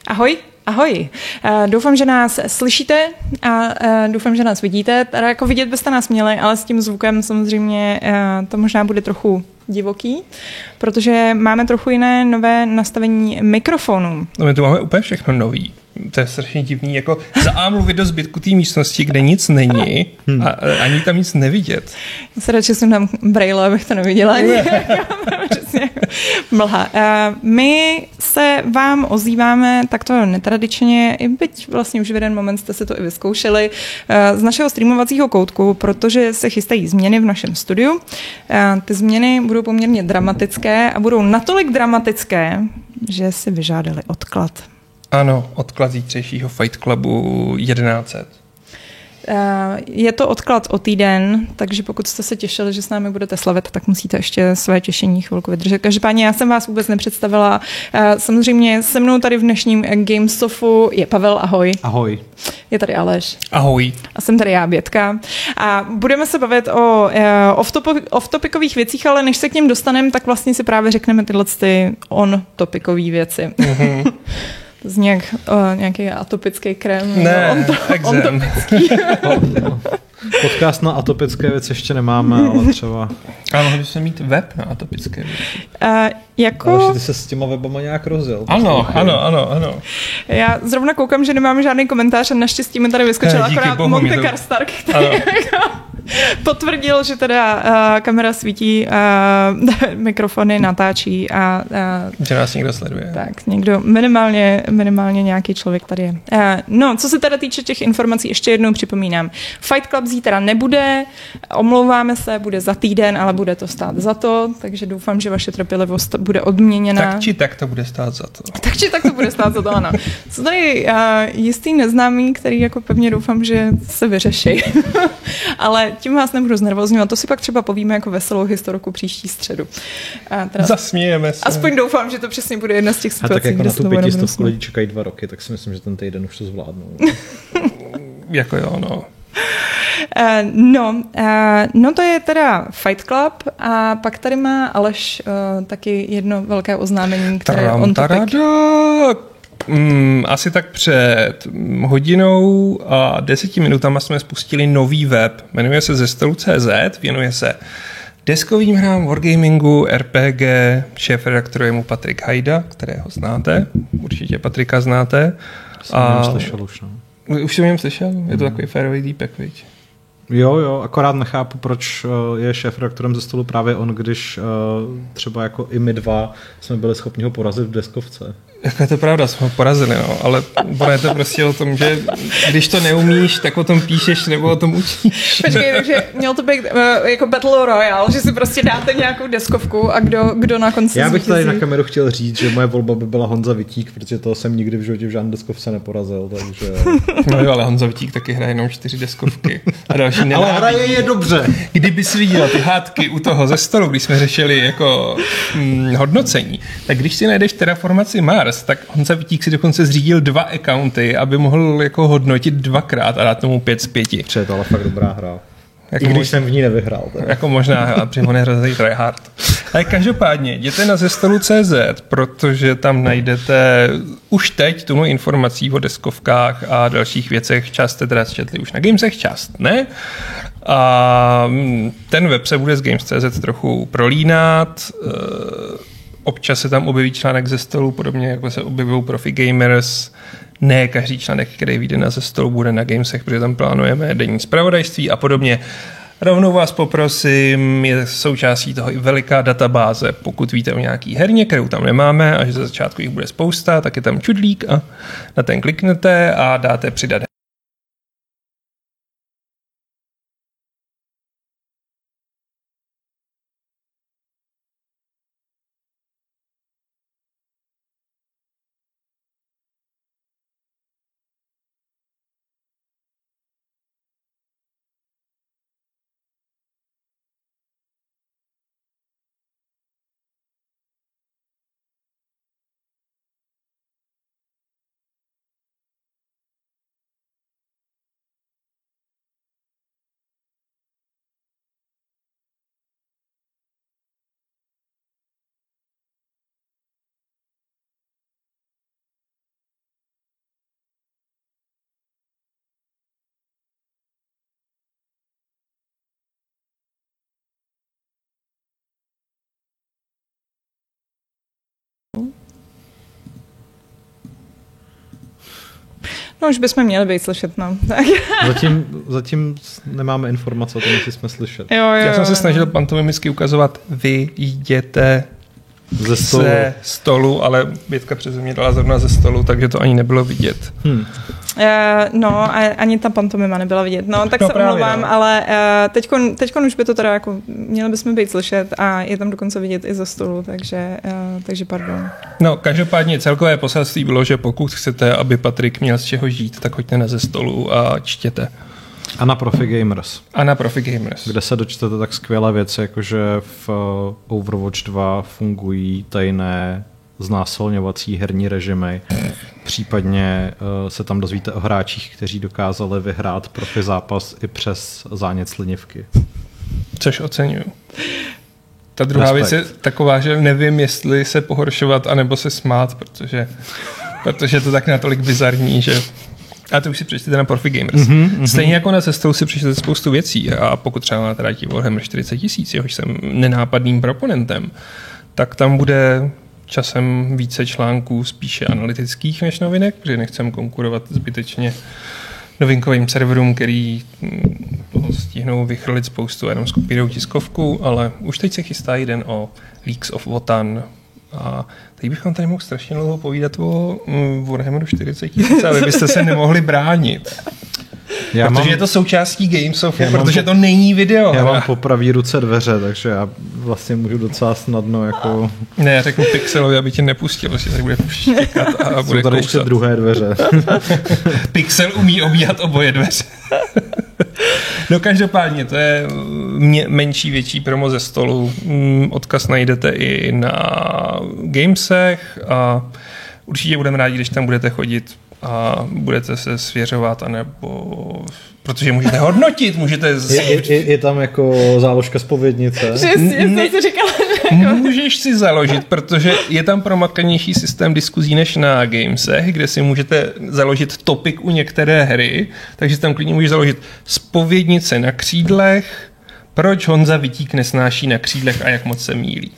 Ahoj, ahoj. Doufám, že nás slyšíte a doufám, že nás vidíte. Teda jako vidět byste nás měli, ale s tím zvukem samozřejmě to možná bude trochu divoký, protože máme trochu jiné nové nastavení mikrofonů. No my tu máme úplně všechno nový. To je strašně divný, jako za A mluvit do zbytku té místnosti, kde nic není a ani tam nic nevidět. Já se radši jsem tam brejle, abych to neviděla. Přesně. Mlha. My se vám ozýváme takto netradičně, i byť vlastně už v jeden moment jste si to i vyzkoušeli, z našeho streamovacího koutku, protože se chystají změny v našem studiu. Ty změny budou poměrně dramatické a budou natolik dramatické, že si vyžádali odklad. Ano, odklad zítřejšího Fight Clubu 1100. Je to odklad o týden, takže pokud jste se těšili, že s námi budete slavit, tak musíte ještě své těšení chvilku vydržet. Každopádně já jsem vás vůbec nepředstavila. Samozřejmě se mnou tady v dnešním Gamesofu je Pavel, ahoj. Ahoj. Je tady Aleš. Ahoj. A jsem tady já, Bětka. A budeme se bavit o off-topicových věcích, ale než se k něm dostaneme, tak vlastně si právě řekneme tyhle on-topicové věci. Mm-hmm. Z nějaký atopický krém. Ne, ontopický. Podcast na atopické věci ještě nemáme, ale třeba... Ale mohli bychom mít web na atopické věci. Ale ty se s těma webama nějak rozjel. Ano. Já zrovna koukám, že nemáme žádný komentář a naštěstí mi tady vyskočil akorát Monte Karstark, který potvrdil, že teda kamera svítí, mikrofony natáčí a že nás někdo sleduje. Tak, někdo, minimálně nějaký člověk tady je. No, co se teda týče těch informací, ještě jednou připomínám. Fight Club zítra nebude, omlouváme se, bude za týden, ale bude to stát za to, takže doufám, že vaše trpělivost bude odměněna. Tak či tak to bude stát za to. Tak či tak to bude stát za to, ano. Jsou tady jistý neznámý, který jako pevně doufám, že se vyřeší. Ale tím vás nebudu znervozňovat, to si pak třeba povíme jako veselou historku příští středu. Zasmějeme se. Aspoň doufám, že to přesně bude jedna z těch situací, a tak jako kde na tu 500 lidí čekají 2 roky, tak si myslím, že ten týden už to zvládnou. Jako jo, no. No to je teda Fight Club a pak tady má Aleš taky jedno velké oznámení, které on asi tak před hodinou a 10 minutama jsme spustili nový web. Jmenuje se Ze stolu.cz, věnuje se deskovým hrám, wargamingu, RPG, šéfredaktor je mu Patrik Hajda, kterého znáte, určitě Patrika znáte. Jsem slyšel už, no. Už jsem jim slyšel? Je to takový férový týpek, viď? Jo, akorát nechápu, proč je šéfredaktorem Ze stolu právě on, když třeba jako i my dva jsme byli schopni ho porazit v deskovce. Jako je to pravda, jsme ho porazili, no, ale je to prostě o tom, že když to neumíš, tak o tom píšeš nebo o tom učíš. Počkej, takže měl to být jako Battle Royale, že si prostě dáte nějakou deskovku a kdo na konci Já bych tady na kameru chtěl říct, že moje volba by byla Honza Vitík, protože toho jsem nikdy v životě v žádné deskovce neporazil, takže... No jo, ale Honza Vitík taky hraje jenom 4 deskovky. A další nenávidí. Ale hraje je dobře. Kdyby si viděl ty hádky u toho Ze stolu, když jsme řešili jako hodnocení, tak když si najdeš Terraformaci Mars, tak Honza Vitík si dokonce zřídil 2 accounty, aby mohl jako hodnotit 2krát a dát tomu 5 z 5. Je to ale fakt dobrá hra. Jako i když jsem v ní nevyhrál. Teda. Jako možná, a při on je hrozný tryhard. Ale každopádně, jděte na Ze stolu.cz, protože tam najdete už teď tu informací o deskovkách a dalších věcech. Část jste teda četli už na Gamesech, část ne. A ten web se bude z Games.cz trochu prolínat. Občas se tam objeví článek Ze stolu, podobně jako se objevují Profi Gamers. Ne každý článek, který vyjde na Ze stolu, bude na Gamesech, protože tam plánujeme denní zpravodajství a podobně. Rovnou vás poprosím, je součástí toho i veliká databáze. Pokud víte o nějaký herně, kterou tam nemáme a že za začátku jich bude spousta, tak je tam čudlík a na ten kliknete a dáte přidat No už bychom měli být slyšet, no. Zatím nemáme informace o tom, jestli jsme slyšet. Jo, Já jsem se snažil pantomimicky ukazovat, vy jděte ze stolu, ale Bětka přeze mě dala zrovna ze stolu, takže to ani nebylo vidět. No, ani ta pantomima nebyla vidět. No, tak no, se omlouvám, no. Ale teďkon už by to teda jako, měli bychom být slyšet a je tam dokonce vidět i ze stolu, takže pardon. No, každopádně celkové poselství bylo, že pokud chcete, aby Patrik měl z čeho žít, tak hoďte na ze stolu a čtěte. A na Profi Gamers. Kde se dočtete tak skvělé věci, jakože v Overwatch 2 fungují tajné znásilňovací herní režimy. Případně se tam dozvíte o hráčích, kteří dokázali vyhrát profi zápas i přes zánět slinivky. Což oceňuju. Ta druhá věc je taková, že nevím, jestli se pohoršovat, anebo se smát, protože to tak natolik bizarní, že... A to už si přečtěte na Profi Gamers. Stejně jako na cestou si přečtěte spoustu věcí a pokud třeba máte rádi Warhammer 40 000, jehož jsem nenápadným proponentem, tak tam bude časem více článků spíše analytických než novinek, protože nechcem konkurovat zbytečně novinkovým serverům, který toho stihnou vychrlit spoustu, jenom skopírujou tiskovku, ale už teď se chystá jeden o Leagues of Wotan a teď bychom tady mohli strašně dlouho povídat o Warhammeru 40 000, ale byste se nemohli bránit. Protože je to součástí Gamesofu, protože to není video. Já mám po pravý ruce dveře, takže já vlastně můžu docela snadno jako... Ne, já řeknu Pixelovi, aby tě nepustil, protože tady bude štěkat a bude tady ještě druhé dveře. Pixel umí obíhat oboje dveře. No každopádně, to je menší, větší promo ze stolu. Odkaz najdete i na Gamesech a určitě budeme rádi, když tam budete chodit a budete se svěřovat, anebo... Protože můžete hodnotit, můžete... Je tam jako záložka zpovědnice. Přesně, jsem si říkala. Můžeš si založit, protože je tam promakanější systém diskuzí než na Gamesech, kde si můžete založit topik u některé hry, takže tam klidně můžeš založit zpovědnice na křídlech, proč Honza Vitík nesnáší na křídlech a jak moc se mýlí.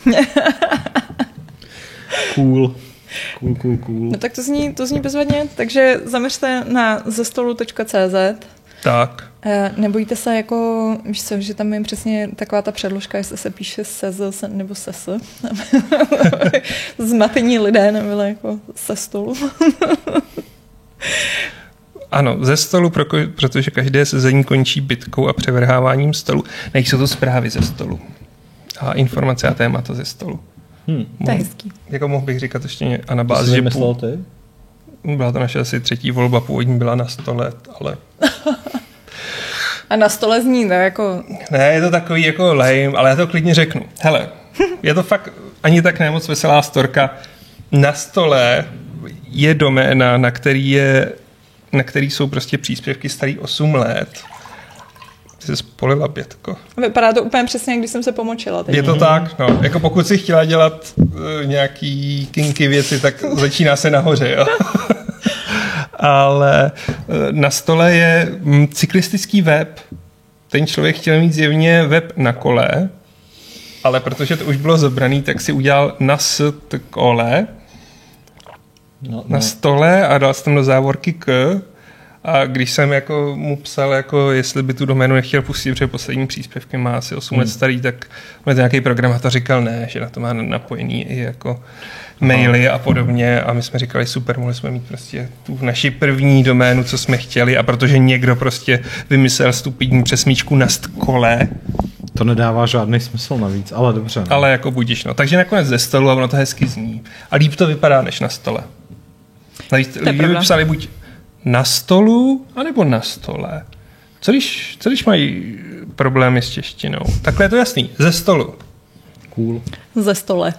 Cool. No tak to zní bezvadně, takže zaměřte na zestolu.cz. Tak. Nebojte se jako, víš co, že tam je přesně taková ta předložka, jestli se píše sez nebo ses. Zmatení lidé nebyly jako se stolu. Ano, ze stolu, protože každé sezení končí bitkou a převrháváním stolu. Nejsou to zprávy ze stolu. A informace a témata ze stolu. To je hezký. Jako mohl bych říkat ještě a na bázi, že byla to naše asi třetí volba, původní byla na 100 let, ale... A na stole zní, tak jako... Ne, je to takový jako lame, ale já to klidně řeknu. Hele, je to fakt ani tak nemoc veselá storka. Na stole je doména, na který jsou prostě příspěvky starý 8 let. Ty jsi spolila, Bětko. Vypadá to úplně přesně, když jsem se pomočila. Teď. Je to tak, no. Jako pokud jsi chtěla dělat nějaký kinky věci, tak začíná se nahoře, jo. Ale na stole je cyklistický web. Ten člověk chtěl mít zjevně web na kole, ale protože to už bylo zabraný, tak si udělal na kole, na stole a dal jsem tam do závorky k. A když jsem jako mu psal, jako jestli by tu doménu nechtěl pustit, protože poslední příspěvky má asi 8 let starý, tak mě nějaký programátor říkal ne, že na to má napojený i jako maily a podobně a my jsme říkali super, mohli jsme mít prostě tu naši první doménu, co jsme chtěli a protože někdo prostě vymyslel stupidní přesmíčku na kole. To nedává žádný smysl navíc, ale dobře. No. Ale jako budíš, no. Takže nakonec ze stolu a ono to hezky zní. A líp to vypadá než na stole. Lidi by psali buď na stolu, anebo na stole. Co když mají problémy s češtinou? Takhle je to jasný. Ze stolu. Cool. Ze stole.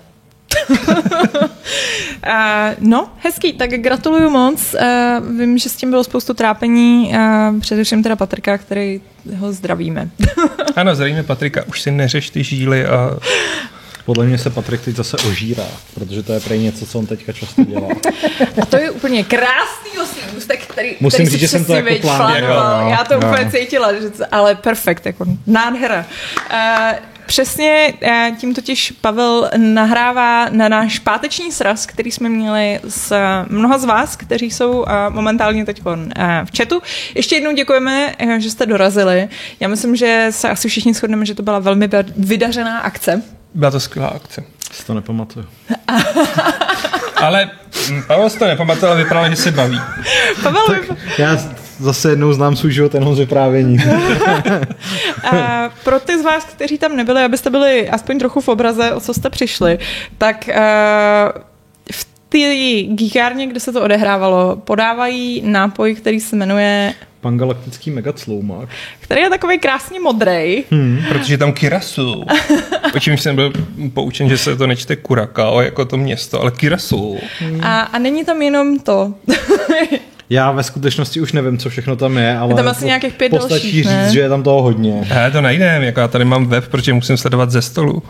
No, hezký, tak gratuluju moc. Vím, že s tím bylo spoustu trápení, především teda Patrika, který ho zdravíme. Ano, zdravíme Patrika, už si neřeš ty žíly a... Podle mě se Patrik teď zase ožírá, protože to je prej něco, co on teďka často dělá. A to je úplně krásný ústek, který musím říct, že jsem to jako plánoval. Já to úplně cítila, ale perfekt, jako nádhera. Přesně tím totiž Pavel nahrává na náš páteční sraz, který jsme měli s mnoha z vás, kteří jsou momentálně teď v chatu. Ještě jednou děkujeme, že jste dorazili. Já myslím, že se asi všichni shodneme, že to byla velmi vydařená akce. Byla to skvělá akce. Si to nepamatuju. Ale Pavel si to nepamatoval, ale vypadalo, že se baví. Já zase jednou znám svůj život jenom z vyprávění. Pro ty z vás, kteří tam nebyli, abyste byli aspoň trochu v obraze, o co jste přišli, tak v té geekárně, kde se to odehrávalo, podávají nápoj, který se jmenuje Pangalaktický megacloumák. Který je takový krásně modrej. Protože tam Kirasu. O čím jsem byl poučen, že se to nečte Curacao jako to město, ale Kirasu. A není tam jenom to. Já ve skutečnosti už nevím, co všechno tam je, ale tam asi nějakých 5 postačí dalších, říct, že je tam toho hodně. To najdem, jako já tady mám web, protože musím sledovat ze stolu.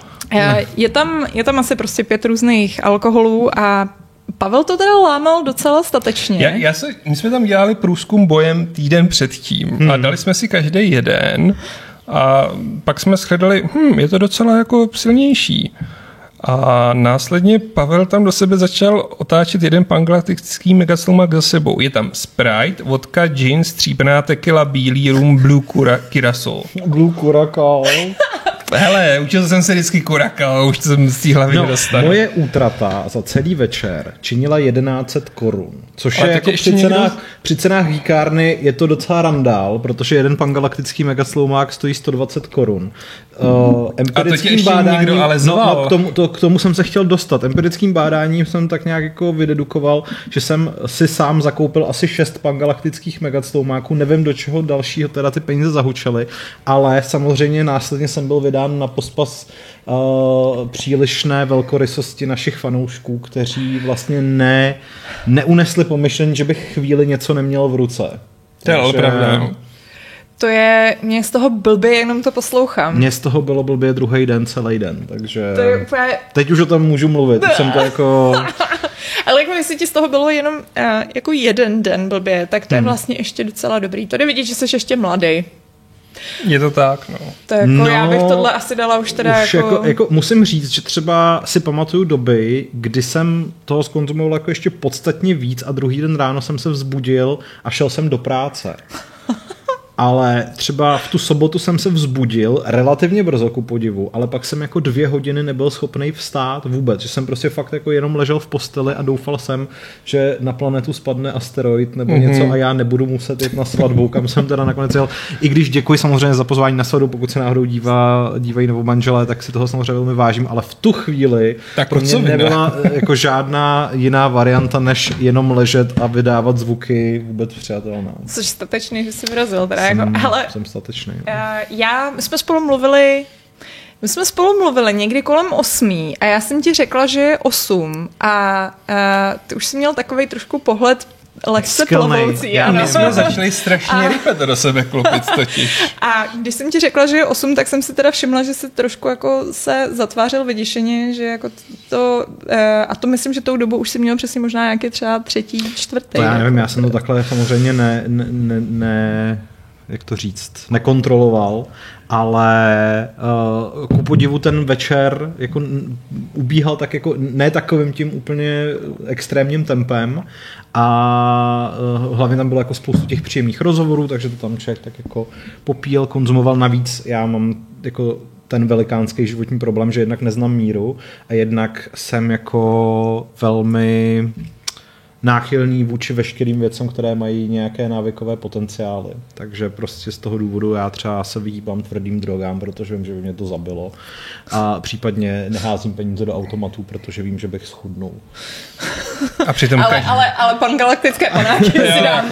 Je tam asi prostě 5 různých alkoholů a Pavel to teda lámal docela statečně. My jsme tam dělali průzkum bojem týden předtím a dali jsme si každý jeden a pak jsme shledali, je to docela jako silnější. A následně Pavel tam do sebe začal otáčet jeden pangalaktický megacloumák za sebou. Je tam Sprite, vodka, gin, stříbrná tequila, bílý rum, blue curacao. Blue curacao. Hele, učil jsem se vždycky Curacao, už jsem z té hlavy nedostal. Moje útrata za celý večer činila 1100 korun, což ale je jako při cenách geekárny je to docela randál, protože jeden pangalaktický megacloumák stojí 120 korun. Empirickým bádáním, k tomu jsem se chtěl dostat. Empirickým bádáním jsem tak nějak jako vydedukoval, že jsem si sám zakoupil asi 6 pangalaktických megacloumáků, nevím do čeho dalšího teda ty peníze zahučely, ale samozřejmě následně jsem byl vydán na pospas přílišné velkorysosti našich fanoušků, kteří vlastně neunesli pomyšlení, že bych chvíli něco neměl v ruce. To je ale pravda. Mě z toho blbě jenom to poslouchám. Mně z toho bylo blbě druhý den, celý den, takže to je úplně... teď už o tom můžu mluvit, už jsem to jako... Ale jako jestli ti z toho bylo jenom jako jeden den blbě, tak to je vlastně ještě docela dobrý. To jde vidět, že jsi ještě mladý. Je to tak, no. To jako já bych tohle asi dala už teda už jako musím říct, že třeba si pamatuju doby, kdy jsem toho zkonzumoval jako ještě podstatně víc a druhý den ráno jsem se vzbudil a šel jsem do práce. Ale třeba v tu sobotu jsem se vzbudil relativně brzo ku podivu, ale pak jsem jako 2 hodiny nebyl schopný vstát vůbec, že jsem prostě fakt jako jenom ležel v posteli a doufal jsem, že na planetu spadne asteroid nebo něco a já nebudu muset jít na svatbu, kam jsem teda nakonec jel. I když děkuji samozřejmě za pozvání na svatbu, pokud se náhodou dívají nebo manželé, tak si toho samozřejmě velmi vážím, ale v tu chvíli tak pro mě nebyla jako žádná jiná varianta, než jenom ležet a vydávat zvuky vůbec přijatelná. Což statečný, že jsi vyrazil teda. Jsem statečný. My jsme spolu mluvili někdy kolem 8 a já jsem ti řekla, že je 8 a ty už jsi měl takovej trošku pohled lehce plovoucí. My jsme začali strašně rychle to do sebe klopit totiž. A když jsem ti řekla, že je 8, tak jsem si teda všimla, že se trošku jako se zatvářel vyděšeně, že jako to, a to myslím, že tou dobu už si měl přesně možná nějaký třeba 3., 4. To já nevím, já jsem to takhle samozřejmě jak to říct, nekontroloval, ale ku podivu ten večer jako ubíhal tak jako ne takovým tím úplně extrémním tempem a hlavně tam bylo jako spoustu těch příjemných rozhovorů, takže to tam člověk tak jako popíjel, konzumoval. Navíc já mám jako ten velikánský životní problém, že jednak neznám míru a jednak jsem jako velmi náchylný vůči veškerým věcem, které mají nějaké návykové potenciály. Takže prostě z toho důvodu já třeba se vyhýbám tvrdým drogám, protože vím, že by mě to zabilo. A případně neházím peníze do automatů, protože vím, že bych schudnul. A přitom ale pangalaktické panáky si dám.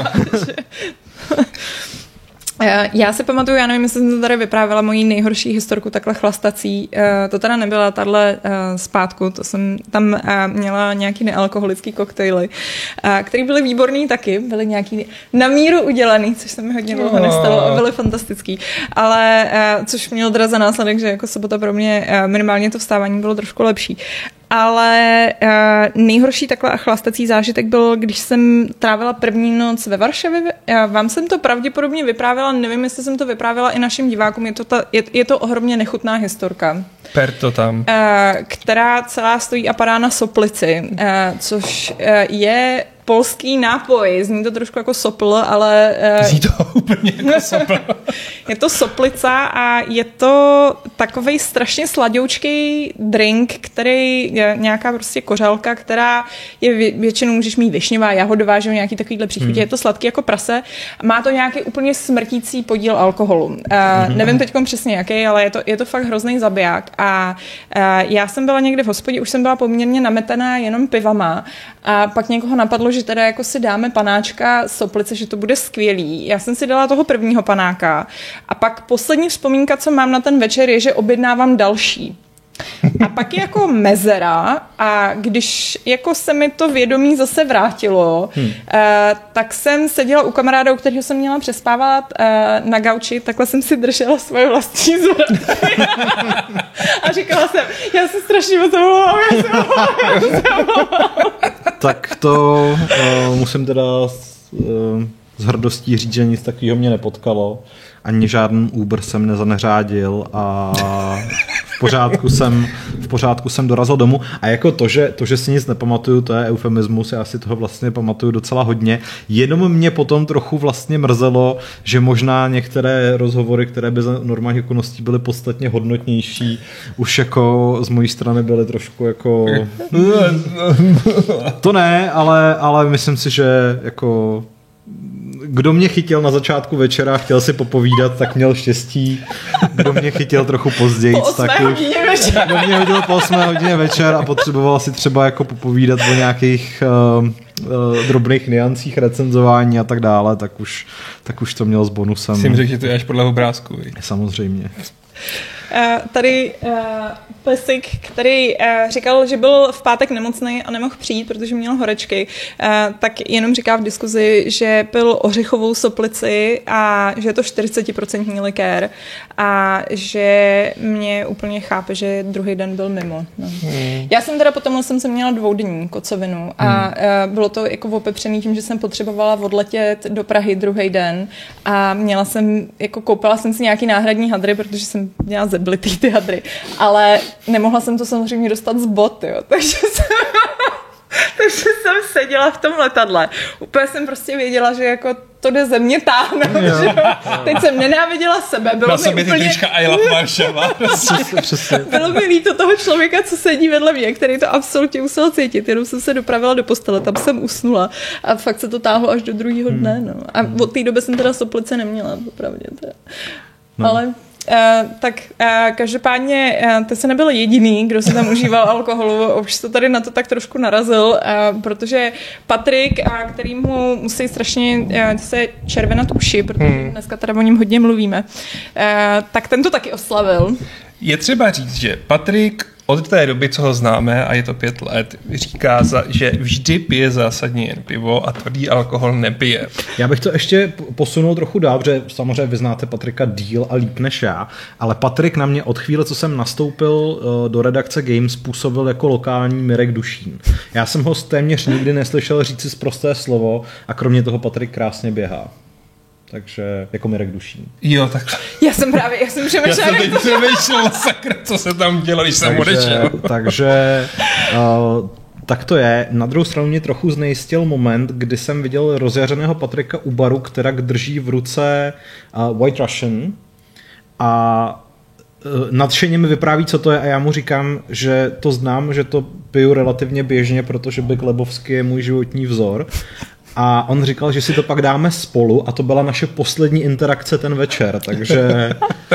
Já si pamatuju, já nevím, jestli jsem to tady vyprávěla, moji nejhorší historku takhle chlastací. To teda nebyla tahle zpátku, to jsem tam měla nějaký nealkoholický koktejly, který byly výborný taky, byly nějaký na míru udělaný, což se mi hodně dlouho nestalo a byly fantastický. Ale což mělo teda za následek, že jako sobota pro mě minimálně to vstávání bylo trošku lepší. ale nejhorší takhle chlastací zážitek byl, když jsem trávila první noc ve Varšavě. Vám jsem to pravděpodobně vyprávěla, nevím, jestli jsem to vyprávěla i našim divákům, je to ohromně nechutná historka. Per to tam. Která celá stojí a padá na soplici, což je polský nápoj. Zní to trošku jako sopl, ale... Zní to úplně jako sopl. Je to soplica a je to takovej strašně sladoučký drink, který je nějaká prostě kořalka, která je většinou můžeš mít višňová, jahodová, že nějaký takovýhle příchutě. Je to sladký jako prase. Má to nějaký úplně smrtící podíl alkoholu. Nevím teďkom přesně jaký, ale je to fakt hrozný zabiják. A já jsem byla někde v hospodě, už jsem byla poměrně nametaná jenom pivama a pak někoho napadlo, že teda jako si dáme panáčka soplice, že to bude skvělý. Já jsem si dala toho prvního panáka a pak poslední vzpomínka, co mám na ten večer, je, že objednávám další. A pak je jako mezera a když jako se mi to vědomí zase vrátilo, tak jsem seděla u kamaráda, u kterého jsem měla přespávat na gauči, takhle jsem si držela svoje vlastní zvrat. A říkala jsem, já se strašně moc omlouvám. Tak to musím teda s hrdostí říct, že nic takového mě nepotkalo. Ani žádný Uber jsem nezaneřádil a v pořádku jsem dorazil domů. A jako to, že si nic nepamatuju, to je eufemismus, já si toho vlastně pamatuju docela hodně. Jenom mě potom trochu vlastně mrzelo, že možná některé rozhovory, které by za normálních okolností byly podstatně hodnotnější, už jako z mojí strany byly trošku jako... To ne, ale myslím si, že jako... Kdo mě chytil na začátku večera a chtěl si popovídat, tak měl štěstí. Kdo mě chytil trochu později, tak už... Kdo mě hodil po 8 hodině večer a potřeboval si třeba jako popovídat o nějakých drobných niancích recenzování a tak dále, tak už to měl s bonusem. Jsem řekl, že to je až podle obrázku. Samozřejmě. Tady Pesik, který říkal, že byl v pátek nemocný a nemohl přijít, protože měl horečky, tak jenom říká v diskuzi, že pil ořechovou soplici a že je to 40% likér a že mě úplně chápe, že druhý den byl mimo. No. Já jsem teda potom jsem se měla 2denní kocovinu a bylo to jako opepřený tím, že jsem potřebovala odletět do Prahy druhý den a koupila jsem si nějaký náhradní hadry, protože jsem měla zeblitý ty hadry, ale nemohla jsem to samozřejmě dostat z bot, jo, takže jsem seděla v tom letadle. Úplně jsem prostě věděla, že jako to jde ze mě táhnout, že jo. Teď jsem nenáviděla sebe. Bylo mi úplně... I love Varšava. Bylo mi líto toho člověka, co sedí vedle mě, který to absolutně musel cítit. Jenom jsem se dopravila do postele, tam jsem usnula a fakt se to táhlo až do druhého dne. No. A od té doby jsem teda soplice neměla, popravdě. No. Ale... každopádně ty se nebyl jediný, kdo se tam užíval alkoholu, už to tady na to tak trošku narazil, protože Patrik, kterýmu musí strašně se červenat uši, protože dneska tady o něm hodně mluvíme, tak ten to taky oslavil. Je třeba říct, že Patrik od té doby, co ho známe, a je to 5 let, říká, že vždy pije zásadně jen pivo a tvrdý alkohol nepije. Já bych to ještě posunul trochu dál, protože samozřejmě vy znáte Patrika díl a líp než já, ale Patrik na mě od chvíle, co jsem nastoupil do redakce Games, působil jako lokální Mirek Dušín. Já jsem ho téměř nikdy neslyšel říci sprosté slovo a kromě toho Patrik krásně běhá. Takže jako Mirek Dušín. Jo, tak. Já jsem přemýšlela. Já jsem teď přemýšlel, sakra, co se tam dělo, když jsem odešel. Takže tak to je. Na druhou stranu mě trochu znejistil moment, kdy jsem viděl rozjařeného Patrika u baru, která drží v ruce White Russian a nadšeně mi vypráví, co to je a já mu říkám, že to znám, že to piju relativně běžně, protože Big Lebowski je můj životní vzor. A on říkal, že si to pak dáme spolu a to byla naše poslední interakce ten večer, takže...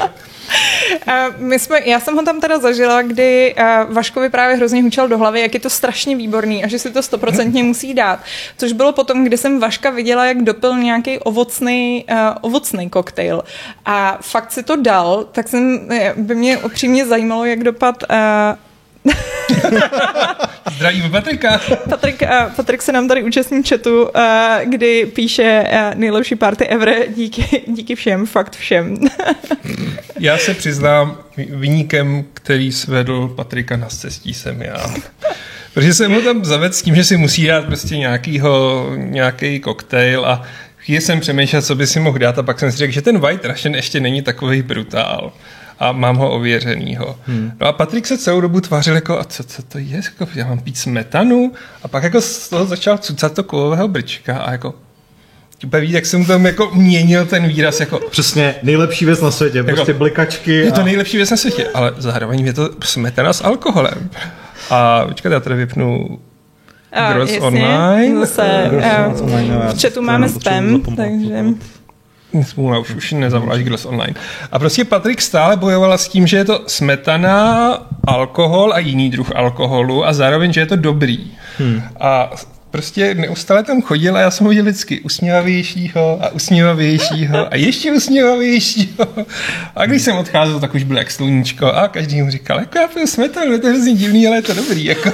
Já jsem ho tam teda zažila, kdy Vaškovi právě hrozně hučel do hlavy, jak je to strašně výborný a že si to 100% musí dát. Což bylo potom, kdy jsem Vaška viděla, jak dopil nějaký ovocný koktejl. A fakt si to dal, tak by mě upřímně zajímalo, jak dopad... Zdravím Patrika. Patrik se nám tady účastní chatu, kdy píše nejlepší party ever, díky všem, fakt všem. Já se přiznám, viníkem, který svedl Patrika na cestí, jsem já. Protože jsem ho tam zavedl s tím, že si musí dát prostě nějaký koktejl a chvíli jsem přemýšlel, co by si mohl dát a pak jsem si řekl, že ten White Russian ještě není takový brutál. A mám ho ověřenýho. No a Patrik se celou dobu tvářil jako, a co to je? Jako, já mám pít smetanu? A pak jako z toho začal cucat to kovového brčka a jako úplně víc, jak jsem tam jako měnil ten výraz jako... Přesně, nejlepší věc na světě, jako, prostě blikačky. Je to nejlepší věc na světě, ale zároveň je to smetana s alkoholem. A počkat, já tady vypnu Gross Online. V chatu máme spam, takže... Už nezavoláš Gross Online. A prostě Patrik stále bojovala s tím, že je to smetana, alkohol a jiný druh alkoholu a zároveň, že je to dobrý. A prostě neustále tam chodil a já jsem ho viděl vždycky usměvavějšího a ještě usměvavějšího. A když jsem odcházel, tak už byl jak sluníčko a každý mu říkal, jako já piju smetanu, je to hrozně divný, ale je to dobrý. Jako.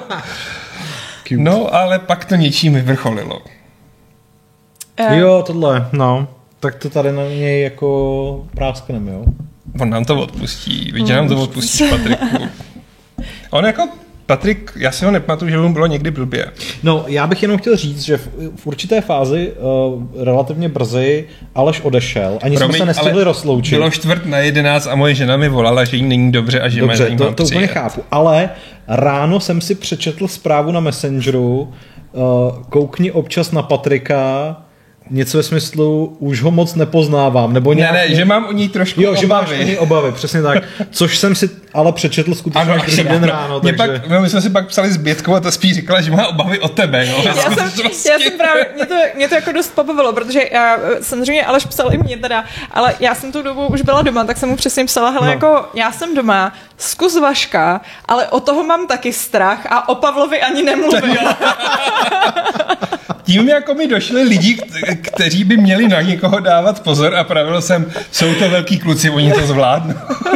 No, ale pak to něčím vyvrcholilo. Jo, tohle, no. Tak to tady na něj jako práskneme, jo? On nám to odpustí. Víš, že nám to odpustíš, Patriku. On jako Patrik, já si ho nepamatuju, že mu bylo někdy blbě. No, já bych jenom chtěl říct, že v určité fázi relativně brzy Aleš odešel. Ani jsme se nestihli rozloučit. Bylo 10:45 a moje žena mi volala, že jí není dobře a že dobře, mají to úplně chápu. Ale ráno jsem si přečetl zprávu na Messengeru, koukni občas na Patrika, něco ve smyslu, už ho moc nepoznávám, nebo nějak... Ne, že mám o ní trošku obavy. Jo, že máš o ní obavy, přesně tak. Což jsem si ale přečetl skutečně druhý den ráno, takže... My jsme si pak psali s Bětkou a ta spíš říkala, že má obavy o tebe, jo. Já jsem právě, mě to jako dost pobavilo, protože já, samozřejmě Aleš psal i mě teda, ale já jsem tu dobu už byla doma, tak jsem mu přesně psala, hele, jako já jsem doma, zkus Vaška, ale o toho mám taky strach a o Pavlovi ani nemluvím. Tím jako mi došli lidi, kteří by měli na někoho dávat pozor a pravil jsem, jsou to velký kluci, oni to zvládnou.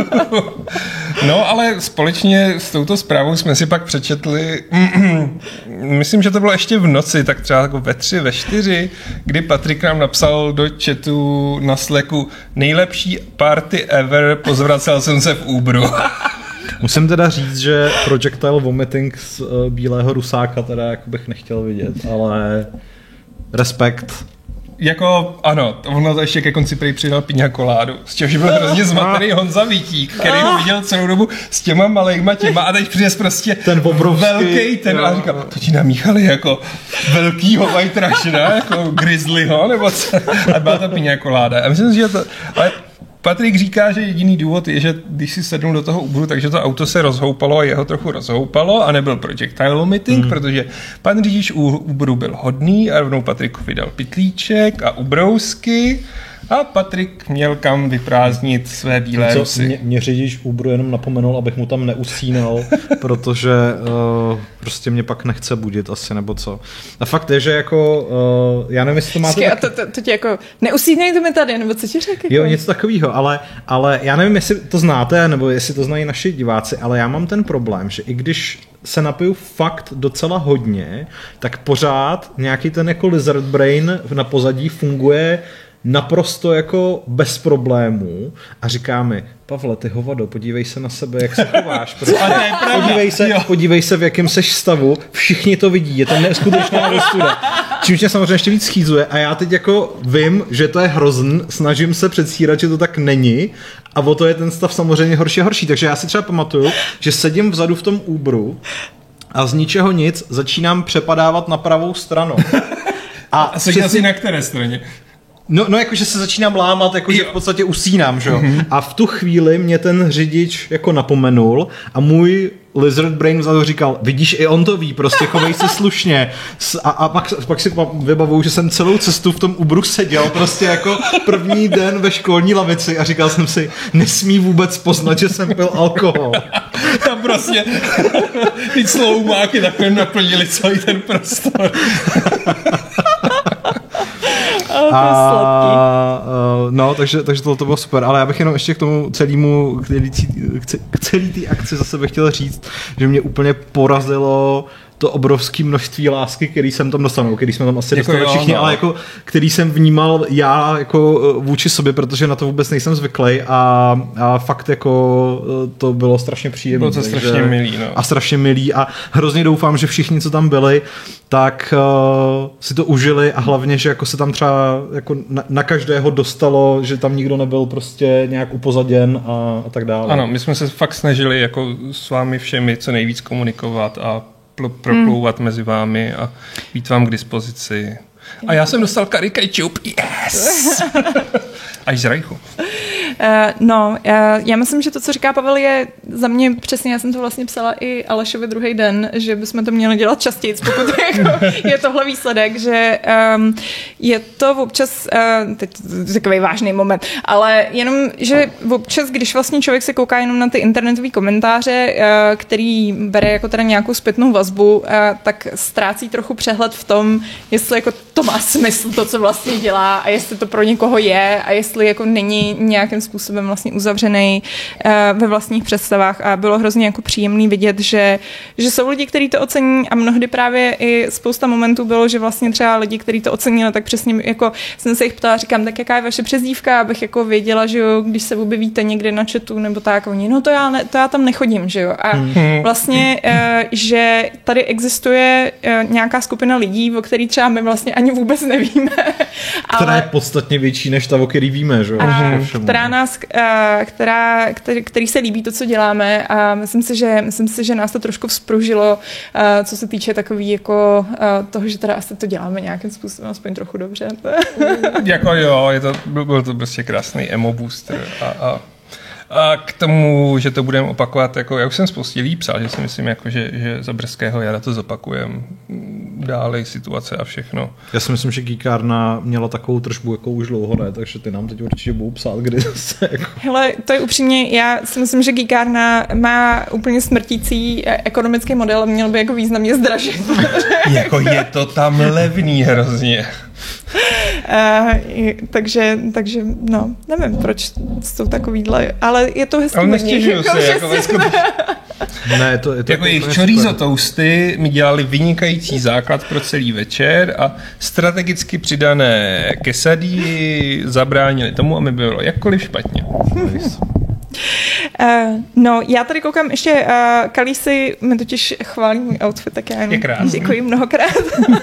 No, ale společně s touto zprávou jsme si pak přečetli, myslím, že to bylo ještě v noci, tak třeba jako ve 3, ve 4, kdy Patrik nám napsal do chatu na Slacku nejlepší party ever, pozvracel jsem se v Uberu. Musím teda říct, že projectile vomiting z bílého rusáka teda jako bych nechtěl vidět, ale respekt. Jako, ano, ono to ještě ke konci prý přidal piña koládu, z čehož byl hrozně zmatený Honza Vítík, který ho viděl celou dobu s těma malejma těma a teď přines prostě ten velký ten a říkal, to ti namíchali jako velkýho White Russiana, jako grizzlyho, nebo co? A byla to piña koláda. A myslím si, že to... Ale Patrik říká, že jediný důvod je, že když si sednul do toho Uberu, takže to auto se rozhoupalo a jeho trochu rozhoupalo a nebyl projectile vomiting, protože pan řidič Uberu byl hodný a rovnou Patriku vydal pytlíček a ubrousky a Patrik měl kam vyprázdnit své bílé rusy. Mě řidič Uberu jenom napomenul, abych mu tam neusínal, protože prostě mě pak nechce budit asi, nebo co. A fakt je, že jako, já nevím, jestli to máte... A to tě jako, neusínejte mi tady, nebo co ti řekl? Jo, něco takového, ale já nevím, jestli to znáte, nebo jestli to znají naši diváci, ale já mám ten problém, že i když se napiju fakt docela hodně, tak pořád nějaký ten jako lizard brain na pozadí funguje naprosto jako bez problémů a říká mi, Pavle, ty hovado, podívej se na sebe, jak se chováš. Podívej se, v jakém seš stavu, všichni to vidí, je to neskutečná ostuda. Čímž mě samozřejmě ještě víc schýzuje a já teď jako vím, že to je hrozný, snažím se předstírat, že to tak není a o to je ten stav samozřejmě horší a horší. Takže já si třeba pamatuju, že sedím vzadu v tom Uberu a z ničeho nic začínám přepadávat na pravou stranu. A seděl jsi na které straně? No jakože se začínám lámat, jakože v podstatě usínám, že jo. Mm-hmm. A v tu chvíli mě ten řidič jako napomenul a můj lizard brain vzadu říkal, vidíš, i on to ví, prostě chovej se slušně. A pak si vybavuju, že jsem celou cestu v tom Uberu seděl, prostě jako první den ve školní lavici a říkal jsem si, nesmí vůbec poznat, že jsem pil alkohol. Tam prostě ty sloumáky takhle naplnili celý ten prostor. No, takže to bylo super, ale já bych jenom ještě k tomu celému, k celý té akci za sebe chtěl říct, že mě úplně porazilo to obrovské množství lásky, který jsem tam dostal, který jsme tam asi jako dostali všichni, ale jako, který jsem vnímal já jako vůči sobě, protože na to vůbec nejsem zvyklý a fakt jako to bylo strašně příjemné. Bylo to strašně milý, no. A strašně milý a hrozně doufám, že všichni, co tam byli, tak si to užili a hlavně, že jako se tam třeba jako na každého dostalo, že tam nikdo nebyl prostě nějak upozaděn a tak dále. Ano, my jsme se fakt snažili jako s vámi všemi co nejvíc komunikovat a proplouvat mezi vámi a být vám k dispozici. A já jsem dostal curry ketchup, yes! Až z Reichu. Já myslím, že to, co říká Pavel, je za mě přesně, já jsem to vlastně psala i Alešovi druhý den, že bychom to měli dělat častěji, pokud jako je tohle výsledek, že je to občas, teď takový vážný moment, ale jenom, že občas, když vlastně člověk se kouká jenom na ty internetové komentáře, který bere jako teda nějakou zpětnou vazbu, tak ztrácí trochu přehled v tom, jestli jako to má smysl, to, co vlastně dělá a jestli to pro někoho je a jestli jako není nějakým způsobem vlastně uzavřený ve vlastních představách a bylo hrozně jako příjemný vidět, že jsou lidi, kteří to ocení a mnohdy právě i spousta momentů bylo, že vlastně třeba lidi, kteří to ocenili, tak přesně jako jsem se jich ptala, říkám, tak jaká je vaše přezdívka, abych jako věděla, že jo, když se objevíte někde na chatu nebo tak, oni, no to já tam nechodím, že jo. A vlastně, že tady existuje nějaká skupina lidí, o který třeba my vlastně ani vůbec nevíme. Která je podstatně větší než ta, o který víme, že jo. Který se líbí to, co děláme a myslím si, že nás to trošku vzpružilo, co se týče takový jako toho, že teda asi to děláme nějakým způsobem aspoň trochu dobře. Jako jo, byl to prostě krásný emo booster a k tomu, že to budeme opakovat, jako já už jsem spoustě líp psal, že si myslím, jako, že za brzkého jara to zopakujeme dále situace a všechno. Já si myslím, že Geekárna měla takovou tržbu, jako už dlouho ne, takže ty nám teď určitě budou psát, kdy zase jako... Hele, to je upřímně, já si myslím, že Geekárna má úplně smrtící ekonomický model a měl by jako významně zdražit. Jako je to tam levný hrozně. Takže no, nevím, proč jsou takovýhle, ale je to hezký. Ale nestěžuju se, jako ne, to jako jejich chorizo toasty mi dělali vynikající základ pro celý večer a strategicky přidané quesadilly zabránili tomu, aby bylo jakkoliv špatně. No, já tady koukám ještě, Kalisi mi totiž chválí můj outfit, tak já jenom děkuji mnohokrát.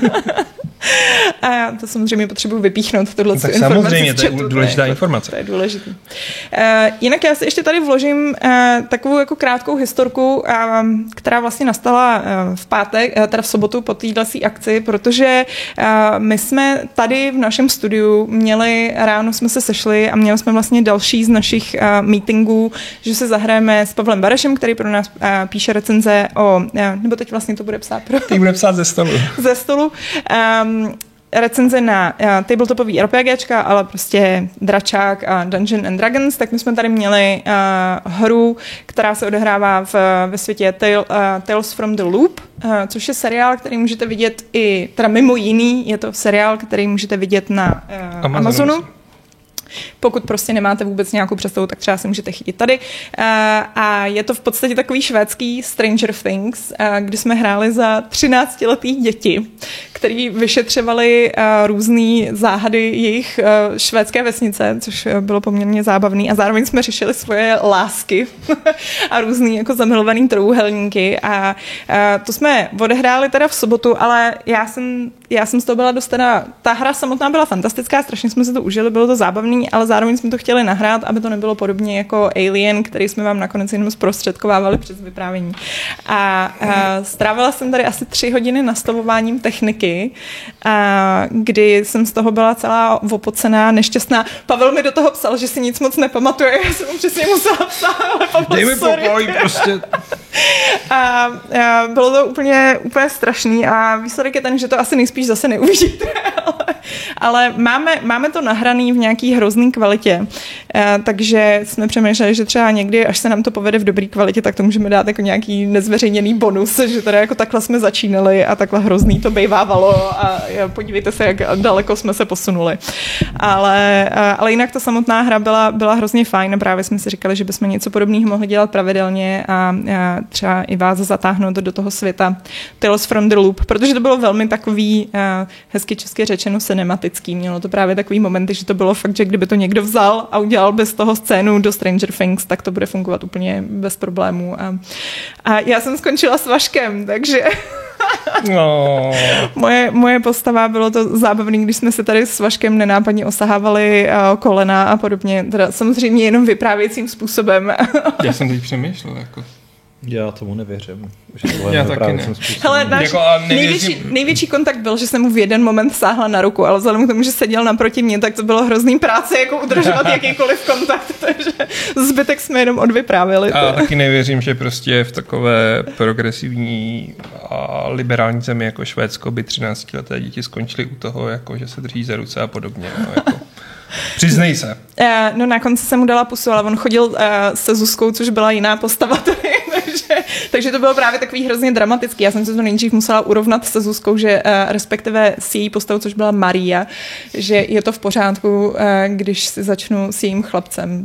A já to samozřejmě potřebuji vypíchnout tuhle tak informaci. Samozřejmě, to je důležitá informace. To je důležitý. Jinak já si ještě tady vložím takovou jako krátkou historku, která vlastně nastala v pátek, teda v sobotu po této akci, protože my jsme tady v našem studiu ráno jsme se sešli a měli jsme vlastně další z našich meetingů, že se zahrajeme s Pavlem Barešem, který pro nás píše recenze nebo teď vlastně to bude psát Teď bude psát ze stolu. Ze stolu. Recenze na tabletopové RPGčka, ale prostě Dračák a Dungeons and Dragons, tak my jsme tady měli hru, která se odehrává ve světě Tales from the Loop, což je seriál, který můžete vidět i, teda mimo jiný, je to seriál, který můžete vidět na Amazonu. Pokud prostě nemáte vůbec nějakou představu, tak třeba se můžete chytit tady. A je to v podstatě takový švédský Stranger Things, kdy jsme hráli za 13letý děti, který vyšetřovali různé záhady jejich švédské vesnice, což bylo poměrně zábavný. A zároveň jsme řešili svoje lásky a různý jako zamilovaný trojúhelníky. A to jsme odehráli teda v sobotu, ale já jsem z toho byla dost teda, ta hra samotná byla fantastická, strašně jsme se to užili, bylo to zábavný, ale zároveň jsme to chtěli nahrát, aby to nebylo podobně jako Alien, který jsme vám nakonec jenom zprostředkovávali přes vyprávění. A strávila jsem tady asi 3 hodiny nastavováním techniky, kdy jsem z toho byla celá opocená, nešťastná. Pavel mi do toho psal, že si nic moc nepamatuje, já jsem mu přesně musela psát, ale Pavel, dej mi pokoj, prostě. A bylo to úplně strašný a výsledek je ten, že to asi nejspíš zase neuvidíte, ale máme to nahraný v nějaký hrozný kvalitě, takže jsme přemýšleli, že třeba někdy, až se nám to povede v dobré kvalitě, tak to můžeme dát jako nějaký nezveřejněný bonus, že teda jako takhle jsme začínali a takhle hrozný to bejvávalo a podívejte se, jak daleko jsme se posunuli. Ale jinak ta samotná hra byla hrozně fajn a právě jsme si říkali, že bychom něco podobného mohli dělat pravidelně a třeba i vás zatáhnout do toho světa Tales from the Loop, protože to bylo velmi takový, hezky česky řečeno, cinematický. Mělo to právě takový momenty, že to bylo fakt, že kdyby to někdo vzal a udělal bez toho scénu do Stranger Things, tak to bude fungovat úplně bez problémů. A já jsem skončila s Vaškem, takže No. Moje postava, bylo to zábavné, když jsme se tady s Vaškem nenápadně osahávali kolena a podobně. Teda samozřejmě jenom vyprávějícím způsobem. Já jsem teď přemýšlel, jako. Já tomu nevěřím. Já taky ne. Hele, náš největší kontakt byl, že jsem mu v jeden moment sáhla na ruku, ale vzhledem k tomu, že seděl naproti mě, tak to bylo hrozný práce, jako udržovat jakýkoliv kontakt, takže zbytek jsme jenom odvyprávěli. A taky nevěřím, že prostě v takové progresivní a liberální zemi jako Švédsko by 13leté děti skončily u toho, jako že se drží za ruce a podobně. No, jako. Přiznej se. No na konci jsem mu dala pusu, ale on chodil se Zuzkou, což byla jiná postava. Takže to bylo právě takový hrozně dramatický. Já jsem se to nejdřív musela urovnat se Zuzkou, že respektive s její postavou, což byla Maria, že je to v pořádku, když si začnu s jejím chlapcem.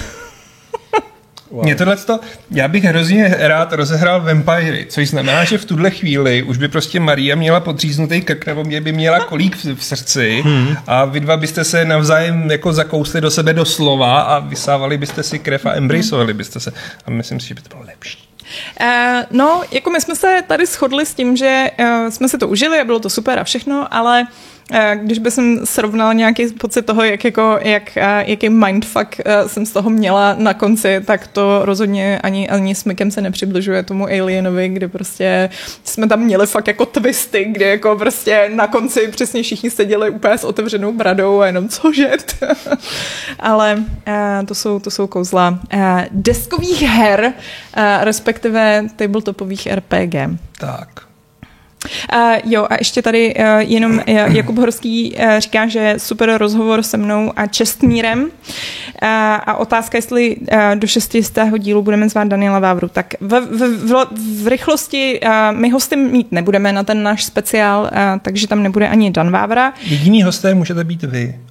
Wow. Já bych hrozně rád rozehrál Vampiry, což znamená, že v tuhle chvíli už by prostě Maria měla podříznutý krk, nebo mě by měla kolík v srdci a vy dva byste se navzájem jako zakousli do sebe doslova a vysávali byste si krev a embraceovali byste se. A myslím si, že by to bylo lepší. No, jako my jsme se tady shodli s tím, že jsme si to užili a bylo to super a všechno, ale když bych jsem srovnala nějaký pocit toho, jaký mindfuck jsem z toho měla na konci, tak to rozhodně ani smykem se nepřibližuje tomu Alienovi, kde prostě jsme tam měli fakt jako twisty, kde jako prostě na konci přesně všichni seděli úplně s otevřenou bradou a jenom cože. Ale to jsou kouzla deskových her, respektive tabletopových RPG. Tak. Jo, a ještě tady jenom Jakub Horský říká, že super rozhovor se mnou a Čestmírem. A otázka, jestli do 600. dílu budeme zvát Daniela Vávru. Tak v rychlosti my hosty mít nebudeme na ten náš speciál, takže tam nebude ani Dan Vávra. Jediný hosté můžete být vy.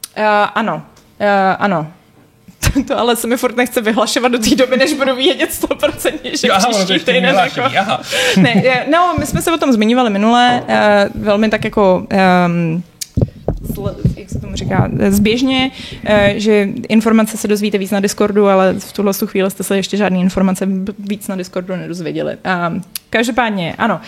Ano. To ale se mi furt nechce vyhlašovat do té doby, než budu vědět 100%, že příští týden. No, my jsme se o tom zmiňovali minule, velmi tak jako jak se tomu říká, zběžně, že informace se dozvíte víc na Discordu, ale v tuhle chvíli jste se ještě žádné informace víc na Discordu nedozvěděli. Každopádně, ano.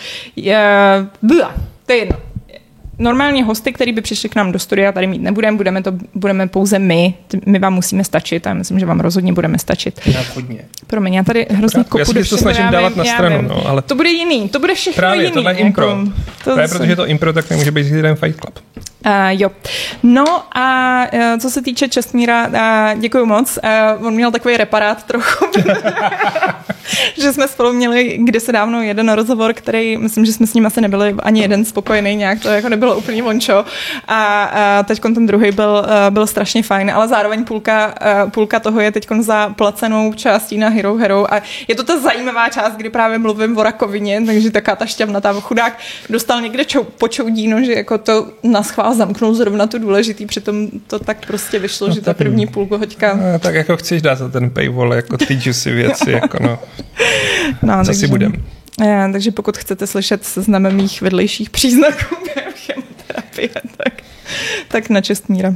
To je jedno. Normálně hosty, který by přišli k nám do studia, tady mít nebudeme, budeme pouze my. My vám musíme stačit a myslím, že vám rozhodně budeme stačit. Hodně. Promiň, já tady hrozně kopu do všeho. Já si to snažím dávat na stranu. No, ale to bude jiný, to bude všechno právě, jiný. Právě, tohle impro. Právě protože to impro, tak nemůže být jeden Fight Club. Jo. No a co se týče Čestmíra, děkuju moc. On měl takový reparát trochu, že jsme spolu měli kdysi dávno jeden rozhovor, který, myslím, že jsme s ním asi nebyli ani jeden spokojený, nějak to jako nebylo úplně vončo. A teď ten druhý byl strašně fajn, ale zároveň půlka toho je teď za placenou částí na Hero Hero a je to ta zajímavá část, kdy právě mluvím o rakovině, takže taká ta šťavnatá chudák dostal někde počoudíno, že jako to naschvál zamknul zrovna tu důležitý, přitom to tak prostě vyšlo, no, že ta první půlku hoďka. No, tak jako chceš dát za ten paywall jako ty juicy věci, jako no co si budem. Takže pokud chcete slyšet seznam mých vedlejších příznaků během chemoterapie, tak na Čestmíra.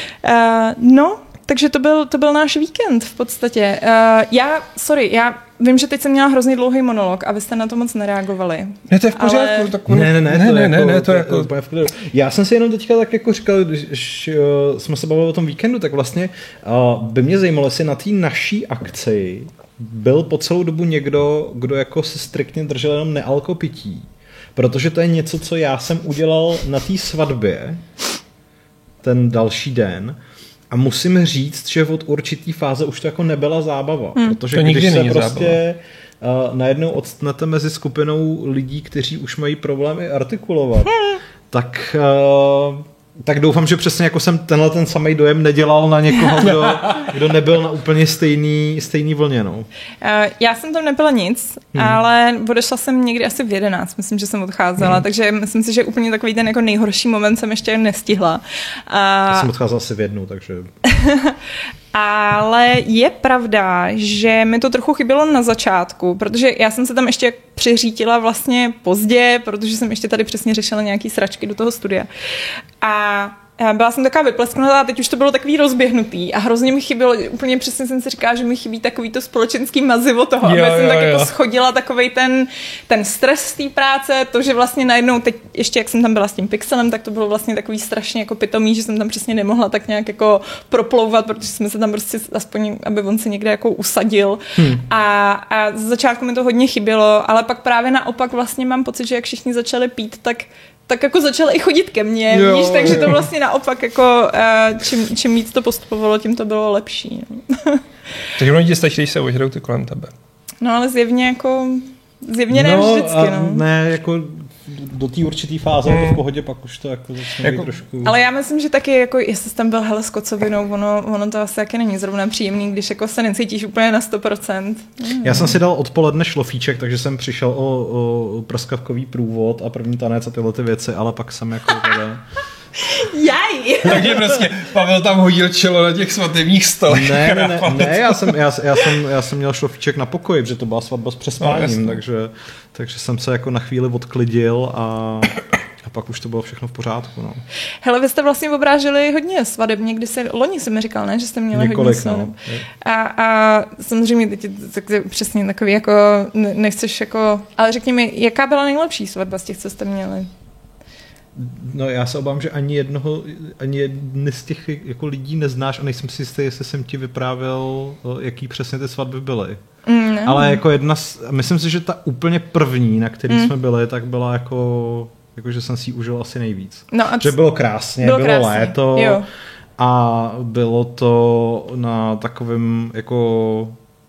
No, takže to byl náš víkend v podstatě. Já vím, že teď jsem měla hrozně dlouhý monolog a vy jste na to moc nereagovali. Ne, to je v pořádku. Ale... Ne, to je jako... Já jsem si jenom teďka tak jako říkal, když jsme se bavili o tom víkendu, tak vlastně by mě zajímalo, jestli na té naší akci byl po celou dobu někdo, kdo jako se striktně držel jenom nealkopití. Protože to je něco, co já jsem udělal na té svatbě ten další den. A musím říct, že od určitý fáze už to jako nebyla zábava. Protože to když se prostě najednou odstnete mezi skupinou lidí, kteří už mají problémy artikulovat, tak Tak doufám, že přesně jako jsem tenhle ten samý dojem nedělal na někoho, kdo nebyl na úplně stejný vlně. No. Já jsem tam nebyla nic, ale odešla jsem někdy asi v 11, myslím, že jsem odcházela, takže myslím si, že úplně takový ten jako nejhorší moment jsem ještě nestihla. Já jsem odcházela asi v 1, takže... Ale je pravda, že mi to trochu chybělo na začátku, protože já jsem se tam ještě přiřítila vlastně pozdě, protože jsem ještě tady přesně řešila nějaký sračky do toho studia. A byla jsem taková vyplesknutá a teď už to bylo takový rozběhnutý a hrozně mi chybělo, úplně přesně jsem si říkala, že mi chybí takový to společenský mazivo toho, aby jsem tak jako schodila takovej ten stres z té práce, to, že vlastně najednou teď ještě jak jsem tam byla s tím Pixelem, tak to bylo vlastně takový strašně jako pitomý, že jsem tam přesně nemohla tak nějak jako proplouvat, protože jsme se tam prostě aspoň, aby on se někde jako usadil a z začátku mi to hodně chybělo, ale pak právě naopak vlastně mám pocit, že jak všichni začali pít, tak jako začala i chodit ke mně, víš, takže to vlastně naopak jako čím víc to postupovalo, tím to bylo lepší. Takže ono ti stačí, když se ožerou ty kolem tebe. No ale zjevně ne vždycky. No. Ne, jako do té určitý fáze je to v pohodě, pak už to jako začne být trošku... Ale já myslím, že taky, jako, jestli jsi tam byl hele s kocovinou, ono to asi taky není zrovna příjemný, když jako se necítíš úplně na 100%. Já jsem si dal odpoledne šlofíček, takže jsem přišel o prskavkový průvod a první tanec a tyhle ty věci, ale pak jsem jako teda... Jaj! Takže prostě Pavel tam hodil čelo na těch svatebních stolech. Ne, já jsem měl šlofíček na pokoji, protože to byla svatba s přespáním, takže jsem se jako na chvíli odklidil a pak už to bylo všechno v pořádku. No. Hele, vy jste vlastně obráželi hodně svadeb, někdy loni si mi říkal, ne, že jste měli hodně svadeb. No. A samozřejmě teď je přesně takový jako, nechceš jako, ale řekni mi, jaká byla nejlepší svatba z těch, co jste měli? No já se obávám, že ani jedny z těch jako lidí neznáš a nejsem si jistý, jestli jsem ti vyprávěl, jaký přesně ty svatby byly. Ale jako myslím si, že ta úplně první, na který jsme byli, tak byla jako že jsem si ji užil asi nejvíc. No že bylo krásně, bylo léto a bylo to na takovém jako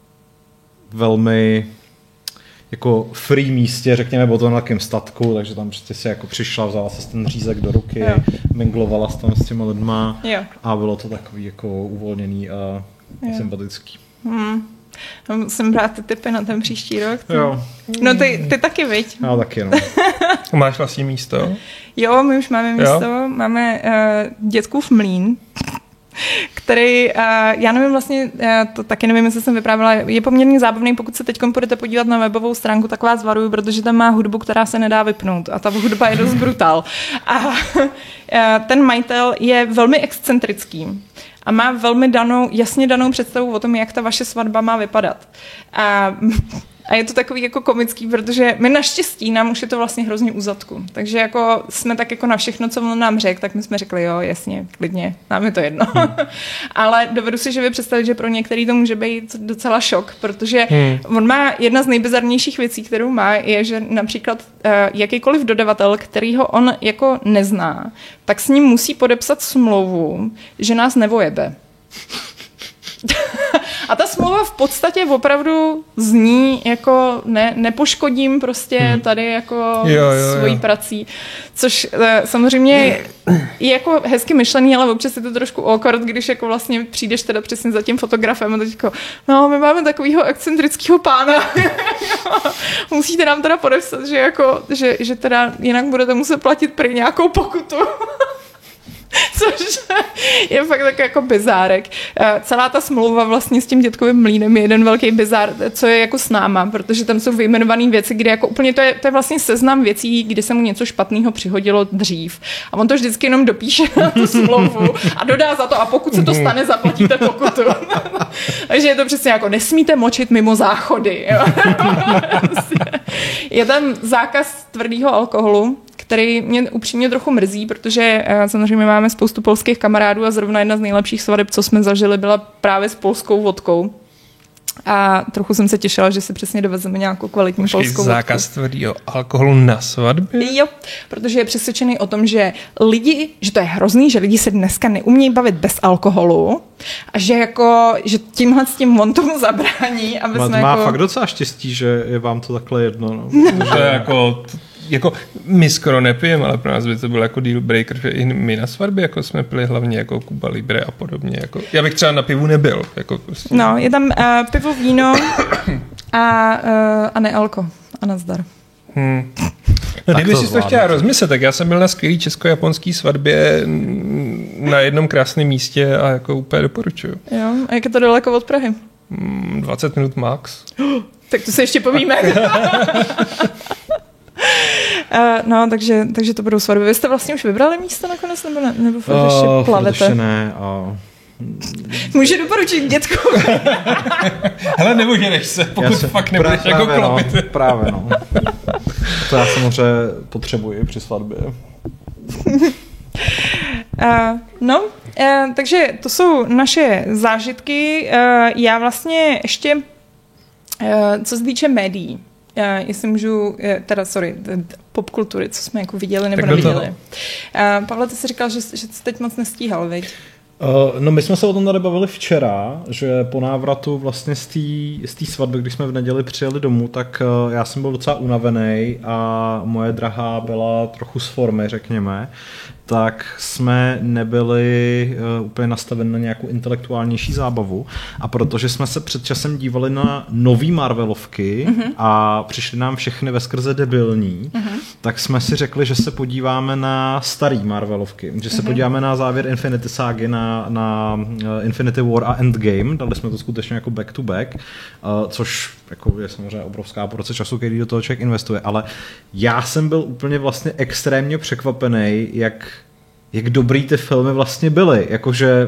velmi jako free místě, řekněme, bylo to na nějakém statku, takže tam prostě si jako přišla, vzala se ten řízek do ruky, minglovala se tam s těma lidma a bylo to takový jako uvolněný a sympatický. Musím brát ty tipy na ten příští rok. Jo. No ty taky, viď? Já taky, no. Máš vlastně místo? Jo, my už máme místo, máme dětkův mlýn, který, já nevím vlastně, to taky nevím, jestli jsem vyprávěla, je poměrně zábavný, pokud se teď půjdete podívat na webovou stránku, tak vás varuju, protože tam má hudbu, která se nedá vypnout a ta hudba je dost brutál. A ten majitel je velmi excentrický a má velmi jasně danou představu o tom, jak ta vaše svatba má vypadat. A je to takový jako komický, protože my naštěstí nám už je to vlastně hrozně u zadku. Takže jako jsme tak jako na všechno, co on nám řekl, tak my jsme řekli, jo, jasně, klidně, nám je to jedno. Ale dovedu si, že vy představit, že pro některý to může být docela šok, protože on má jedna z nejbizarnějších věcí, kterou má, je, že například jakýkoliv dodavatel, který ho on jako nezná, tak s ním musí podepsat smlouvu, že nás nevojebe. A ta smlouva v podstatě opravdu zní jako nepoškodím prostě tady jako svojí prací, což samozřejmě je jako hezky myšlený, ale občas je to trošku awkward, když jako vlastně přijdeš teda přesně za tím fotografem a teď jako, no my máme takovýho excentrického pána, musíte nám teda podepsat, že jako, že teda jinak budete muset platit prý nějakou pokutu. Což je fakt tak jako bizárek. Celá ta smlouva vlastně s tím dětkovým mlýnem je jeden velký bizár, co je jako s náma, protože tam jsou vyjmenované věci, kde jako úplně to je vlastně seznam věcí, kdy se mu něco špatného přihodilo dřív. A on to vždycky jenom dopíše na tu smlouvu a dodá za to a pokud se to stane, zaplatíte pokutu. Takže je to přesně jako nesmíte močit mimo záchody. Je tam zákaz tvrdého alkoholu, který mě upřímně trochu mrzí, protože samozřejmě máme spoustu polských kamarádů a zrovna jedna z nejlepších svadeb, co jsme zažili, byla právě s polskou vodkou. A trochu jsem se těšila, že si přesně dovezeme nějakou kvalitní polskou zákaz tvrdého alkoholu na svatbě? Jo, protože je přesvědčený o tom, že to je hrozný, že lidi se dneska neumějí bavit bez alkoholu a že tímhle s tím on tomu zabrání. Aby jsme má jako... fakt docela štěstí, že je vám to takhle jedno. No. To je jako... jako my skoro nepijeme, ale pro nás by to byl jako deal breaker, že i my na svatbě jako jsme pili hlavně jako Cuba Libre a podobně. Jako, já bych třeba na pivu nebyl. Jako prostě. No, je tam pivo, víno a nealko. A nazdar. No, kdyby si to chtěla rozmyslet, tak já jsem byl na skvělý česko-japonský svatbě na jednom krásném místě a jako úplně doporučuju. Jo, a jak je to daleko od Prahy? 20 minut max. Tak to se ještě povíme. No, takže to budou svatby. Vy jste vlastně už vybrali místo nakonec, nebo fakt ještě plavete? Ještě ne. Může doporučit dětku. Hele, nemoženeš se, pokud fakt nebudeš jako klopit. No, právě, no. To já samozřejmě potřebuji při svatbě. Takže to jsou naše zážitky. Já vlastně ještě, co se týče médií, jestli můžu, popkultury, co jsme jako viděli nebo neviděli. Pavle, ty jsi říkal, že jsi teď moc nestíhal, viď? No my jsme se o tom tady bavili včera, že po návratu vlastně z té svatby, když jsme v neděli přijeli domů, tak já jsem byl docela unavený a moje drahá byla trochu z formy, řekněme, tak jsme nebyli úplně nastaveni na nějakou intelektuálnější zábavu a protože jsme se před časem dívali na nový Marvelovky a přišli nám všechny veskrze debilní, tak jsme si řekli, že se podíváme na starý Marvelovky, že se podíváme na závěr Infinity Ságy, na Infinity War a Endgame, dali jsme to skutečně jako back to back, což jako je samozřejmě obrovská porce času, který do toho člověk investuje, ale já jsem byl úplně vlastně extrémně překvapený, jak dobrý ty filmy vlastně byly, jakože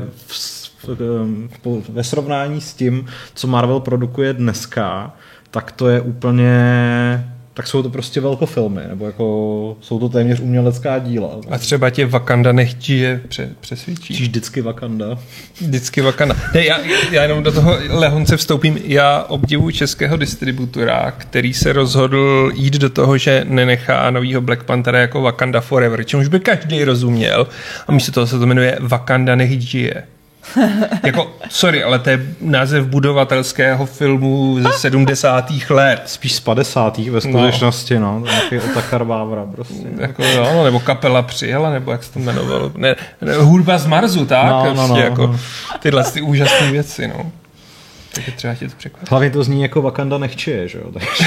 ve srovnání s tím, co Marvel produkuje dneska, tak to je úplně, tak jsou to prostě velkofilmy, nebo jako jsou to téměř umělecká díla. A třeba tě Wakanda nechtěje přesvědčí. Vždycky Wakanda. Vždycky Wakanda. Ne, já jenom do toho lehonce vstoupím. Já obdivuji českého distributora, který se rozhodl jít do toho, že nenechá novýho Black Panthera jako Wakanda Forever, čemuž by každý rozuměl. A místo toho se to jmenuje Wakanda nech žije. Jako, sorry, ale to je název budovatelského filmu ze 70. let. Spíš z 50. ve skutečnosti, no. Nějaký Otakar Vávra, prostě. Jako, jo, nebo Kapela přijela, nebo jak se to jmenovalo. Ne, Hudba z Marsu, tak? Jako, tyhle ty úžasné věci, no. Takže třeba tě to překvapí. Hlavně to zní jako Wakanda nechčije, že jo?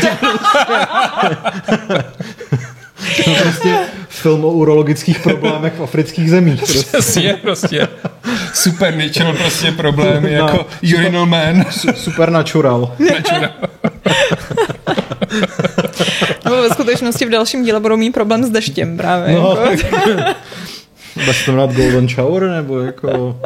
To je prostě film o urologických problémech v afrických zemích. Přesně, prostě. Supernatural prostě problémy, jako Urinal Man. Supernatural. Nebo ve skutečnosti v dalším díle budou mít problém s deštěm právě. No, jako. Bez to jmenovat Golden Shower, nebo jako...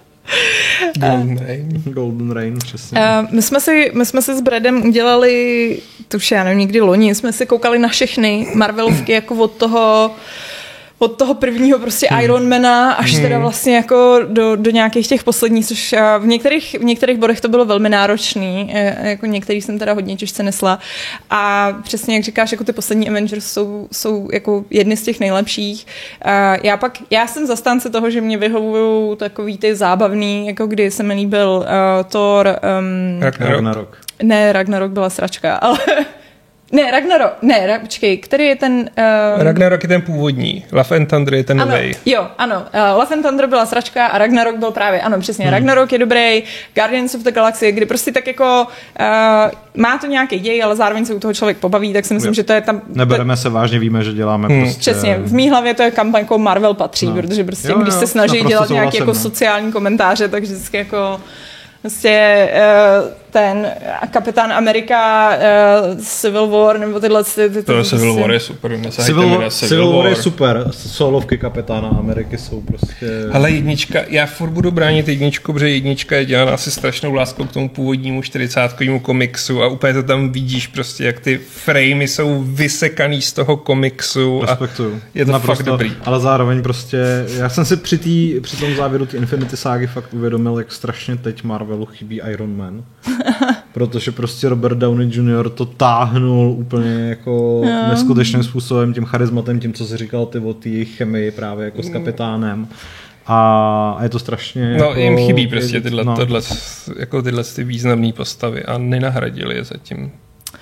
Golden Rain, přesně. My jsme si s Bradem udělali, to už já nevím, někdy loni, jsme si koukali na všechny Marvelovky jako od toho prvního prostě Ironmana až teda vlastně jako do nějakých těch posledních, což v některých bodech to bylo velmi náročný, jako některý jsem teda hodně těžce nesla a přesně jak říkáš, jako ty poslední Avengers jsou jako jedny z těch nejlepších. Já jsem zastánce toho, že mě vyhovují takový ty zábavný, jako kdy se mi líbil Thor... Ragnarok. Ne, Ragnarok byla sračka, ale... Počkej, který je ten... Ragnarok je ten původní, Love and Thunder je ten novej. Ano, Love and Thunder byla sračka a Ragnarok byl právě, ano, přesně, Ragnarok je dobrý, Guardians of the Galaxy, kdy prostě tak jako má to nějaký děj, ale zároveň se u toho člověk pobaví, tak si myslím, že to je tam... Nebereme se vážně, víme, že děláme prostě... Přesně, v mý hlavě to je kam jako Marvel patří, protože prostě když se snaží dělat nějaké jako sociální komentáře, tak vždycky jako... Prostě ten Kapitán Amerika, Civil War, nebo tyhle... Civil War je super, Civil War je super, solovky Kapitána Ameriky jsou prostě... Hele, jednička, já furt budu bránit jedničku, protože jednička je dělána asi strašnou láskou k tomu původnímu 40kovýmu komiksu a úplně to tam vidíš prostě, jak ty framey jsou vysekaný z toho komiksu. Respektuju. Je to naprosto, fakt dobrý. Ale zároveň prostě, já jsem si při tom závěru ty Infinity ságy fakt uvědomil, jak strašně teď Marvelu chybí Iron Man. Protože prostě Robert Downey Jr. to táhnul úplně jako neskutečným způsobem, tím charizmatem, tím, co jsi říkal ty o té chemii právě jako s Kapitánem. A je to strašně... No, jako, jim chybí prostě tyhle ty významné postavy a nenahradili je zatím.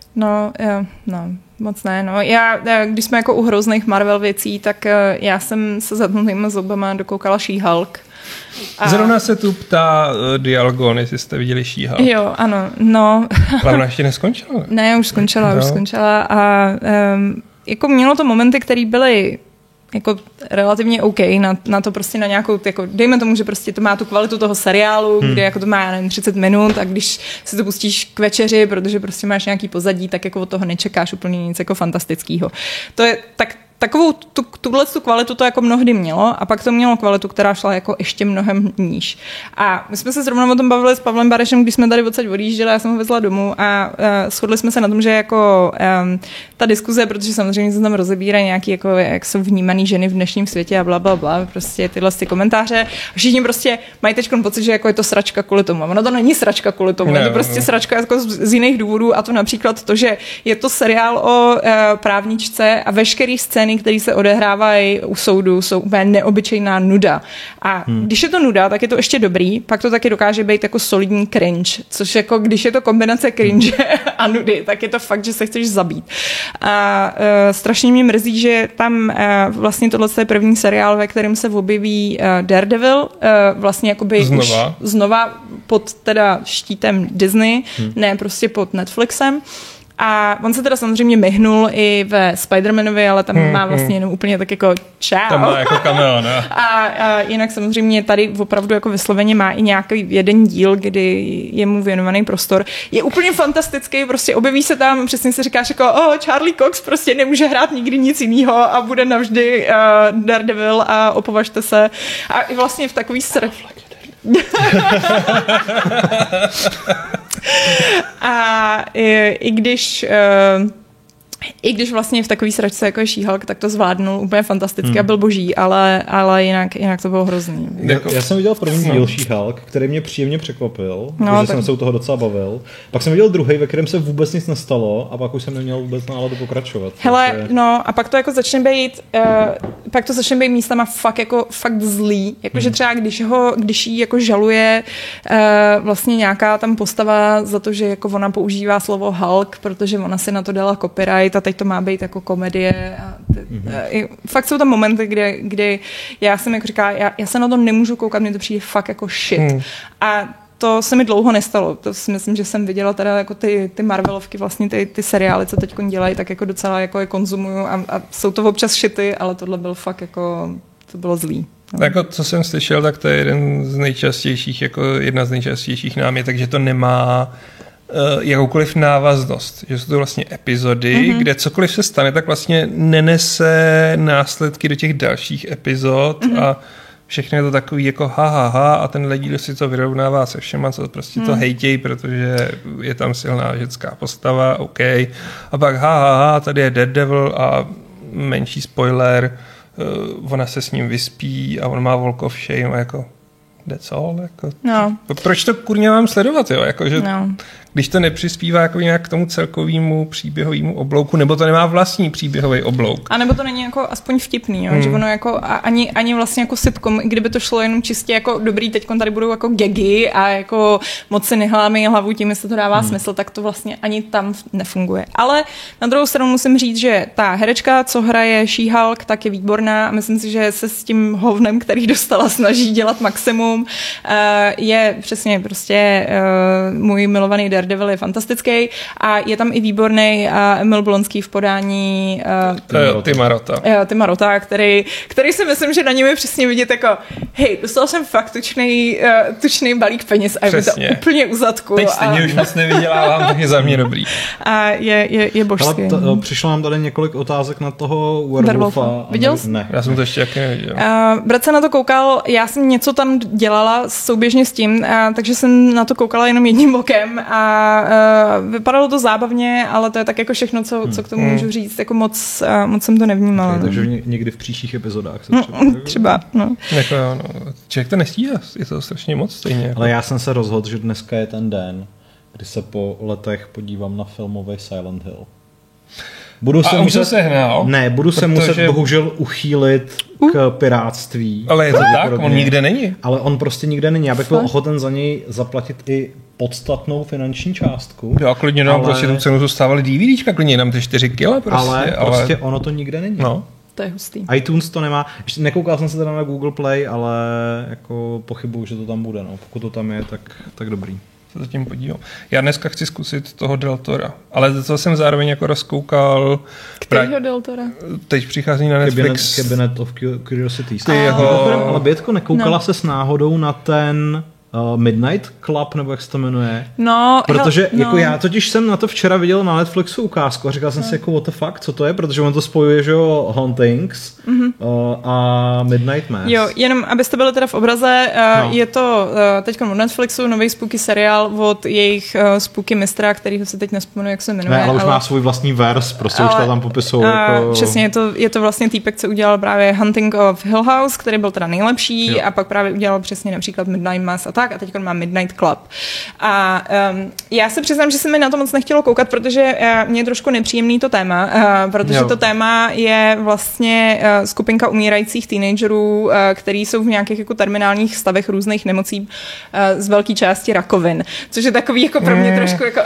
No, moc ne, no. Já, když jsme jako u hrozných Marvel věcí, tak já jsem se zatnutýma zubama dokoukala She-Hulk. Zrovna se tu ptá Dialgon, jestli jste viděli She-Hulk. Jo, ano, no. Ale ona ještě neskončila. Ne, už skončila a jako mělo to momenty, které byly jako relativně OK na to prostě na nějakou, jako dejme tomu, že prostě to má tu kvalitu toho seriálu, kde jako to má, nevím, 30 minut a když si to pustíš k večeři, protože prostě máš nějaký pozadí, tak jako od toho nečekáš úplně nic jako fantastického. To je tak takovou tuhle kvalitu to jako mnohdy mělo a pak to mělo kvalitu, která šla jako ještě mnohem níž. A my jsme se zrovna o tom bavili s Pavlem Barešem, když jsme tady odsaď odjížděli, já jsem ho vezla domů a shodli jsme se na tom, že jako ta diskuze, protože samozřejmě se tam rozebírají nějaký, jako, jak jsou vnímaný ženy v dnešním světě a blablabla, prostě tyhle komentáře. A všichni prostě mají teď pocit, že jako je to sračka kvůli tomu. Ono to není sračka kvůli tomu, je to prostě sračka jako z jiných důvodů a to například to, že je to seriál o právničce a veškerý scény, které se odehrávají u soudu, jsou úplně neobyčejná nuda. A když je to nuda, tak je to ještě dobrý, pak to taky dokáže být jako solidní cringe, což jako když je to kombinace cringe a nudy, tak je to fakt, že se chceš zabít. A strašně mě mrzí, že tam vlastně tohle je první seriál, ve kterém se objeví Daredevil, vlastně jakoby znova pod teda štítem Disney, ne prostě pod Netflixem. A on se teda samozřejmě myhnul i ve Spider-Manovi, ale tam má vlastně jenom úplně tak jako čau. Tam má jako cameo, ne? A jinak samozřejmě tady opravdu jako vysloveně má i nějaký jeden díl, kdy je mu věnovaný prostor. Je úplně fantastický, prostě objeví se tam, přesně si říkáš jako Charlie Cox prostě nemůže hrát nikdy nic jiného a bude navždy Daredevil a opovažte se. A i vlastně v takový a i když vlastně v takový sračce jako je She-Hulk, tak to zvládnul úplně fantasticky a byl boží, ale jinak to bylo hrozný. Já jsem viděl první díl She-Hulk, který mě příjemně překvapil, protože jsem se u toho docela bavil. Pak jsem viděl druhý, ve kterém se vůbec nic nestalo a pak už jsem neměl vůbec náladu pokračovat. Hele, no a pak to jako začne být místama fakt zlý. Jakože třeba když jí jako žaluje vlastně nějaká tam postava za to, že jako ona používá slovo Hulk, protože ona si na to dala copyright a teď to má být jako komedie. Fakt jsou tam momenty, kdy já jsem jako říká, já se na to nemůžu koukat, mně to přijde fakt jako shit. A to se mi dlouho nestalo. To si myslím, že jsem viděla teda jako ty Marvelovky, vlastně ty seriály, co teď dělají, tak jako docela jako je konzumuju a jsou to občas shity, ale tohle byl fakt jako, to bylo zlý. No. Jako, co jsem slyšel, tak to je jedna z nejčastějších námětek, že to nemá jakoukoliv návaznost, že jsou to vlastně epizody, kde cokoliv se stane, tak vlastně nenese následky do těch dalších epizod a všechno je to takový jako a ten díl si to vyrovnává se všema, co prostě to hejtějí, protože je tam silná ženská postava, OK. A pak tady je Daredevil a menší spoiler, ona se s ním vyspí a on má walk of shame a jako that's all, jako. No. Proč to kurně mám sledovat, jo? Jako, že když to nepřispívá jako nějak k tomu celkovému příběhovému oblouku, nebo to nemá vlastní příběhový oblouk. A nebo to není jako aspoň vtipný, jo? Že ono jako ani vlastně jako sitcom, kdyby to šlo jenom čistě jako dobrý, teďkon tady budou jako gagy a jako moc si nehlámej hlavu tím, jestli to dává smysl, tak to vlastně ani tam nefunguje. Ale na druhou stranu musím říct, že ta herečka, co hraje She-Hulk, tak je výborná a myslím si, že se s tím hovnem, který dostala, snaží dělat maximum. Je přesně prostě můj milovaný Daredevil je fantastický a je tam i výborný Emil Blonský v podání Tima Rota, který si myslím, že na něm je přesně vidět jako hej, dostal jsem fakt tučný balík peněz a je mi to úplně u zadku. Teď stejně už moc nevydělávám, tak je za mě dobrý. A je božský. Přišlo nám tady několik otázek na toho Werewolfa. Viděl jsi? Ne. Já jsem to ještě jaké neviděl. Brat se na to koukal, já jsem něco tam dělala souběžně s tím, takže jsem na to koukala jenom jedním bokem a vypadalo to zábavně, ale to je tak jako všechno, co k tomu můžu říct. Jako moc jsem to nevnímala. Okay, takže někdy v příštích epizodách se třeba. No. Jako, člověk to nestíhá, je to strašně moc stejně. Ale já jsem se rozhodl, že dneska je ten den, kdy se po letech podívám na filmový Silent Hill. Budu se muset bohužel uchýlit k pirátství. Ale je to tak? On nikde není. Ale on prostě nikde není. Já bych byl ochoten za něj zaplatit i podstatnou finanční částku. Jo, klidně nám prostě tu cenu zůstávaly DVDčka, klidně nám ty 4 kila prostě. Ale prostě ono to nikde není. No. To je hustý. iTunes to nemá. Ještě nekoukal jsem se teda na Google Play, ale jako pochybuju, že to tam bude. No. Pokud to tam je, tak dobrý. Se zatím podívám. Já dneska chci zkusit toho Del Tora, ale to jsem zároveň jako rozkoukal. Kterýho Del Tora? Teď přichází na Netflix. Cabinet of Curiosities. Ale Bětko, nekoukala se s náhodou na ten Midnight Club, nebo jak se to jmenuje? No, protože jako já totiž jsem na to včera viděl na Netflixu ukázku a říkal jsem si jako what the fuck, co to je, protože on to spojuje, že jo, Hauntings a Midnight Mass. Jo, jenom abyste byli teda v obraze, je to teď na Netflixu nový spooky seriál od jejich spooky mistra, kterýho se teď nespomenu, jak se jmenuje. Ne, ale už má svůj vlastní vers, prostě už to tam popisují. Jako... Přesně, je to vlastně týpek, co udělal právě Hunting of Hill House, který byl teda nejlepší a pak právě udělal přesně například Midnight Mass a teď má Midnight Club. A já se přiznám, že se mi na to moc nechtělo koukat, protože mě je trošku nepříjemný to téma, protože to téma je vlastně skupinka umírajících teenagerů, který jsou v nějakých jako terminálních stavech různých nemocí, z velké části rakovin, což je takový jako pro mě trošku jako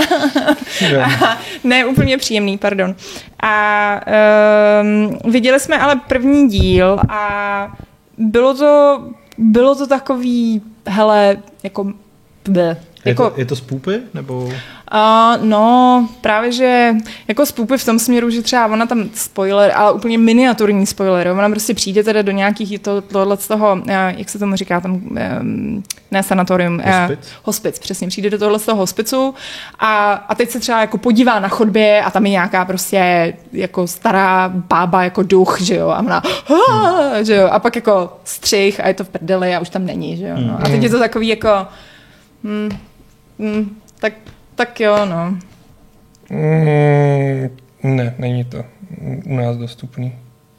ne úplně příjemný, pardon. A viděli jsme ale první díl a bylo to takový, hele, jako... Je to spoopy, nebo... No, právě, že jako spoopy v tom směru, že třeba ona tam spoiler, ale úplně miniaturní spoiler, ona prostě přijde teda do nějakých tohle z toho, jak se tomu říká, tam, ne sanatorium, hospic, přesně, přijde do tohle z toho hospicu a teď se třeba jako podívá na chodbě a tam je nějaká prostě jako stará bába jako duch, že jo, a ona, že jo, a pak jako střih a je to v prdeli a už tam není, že jo, no. A teď je to takový jako, tak jo, no. Ne, není to u nás dostupný.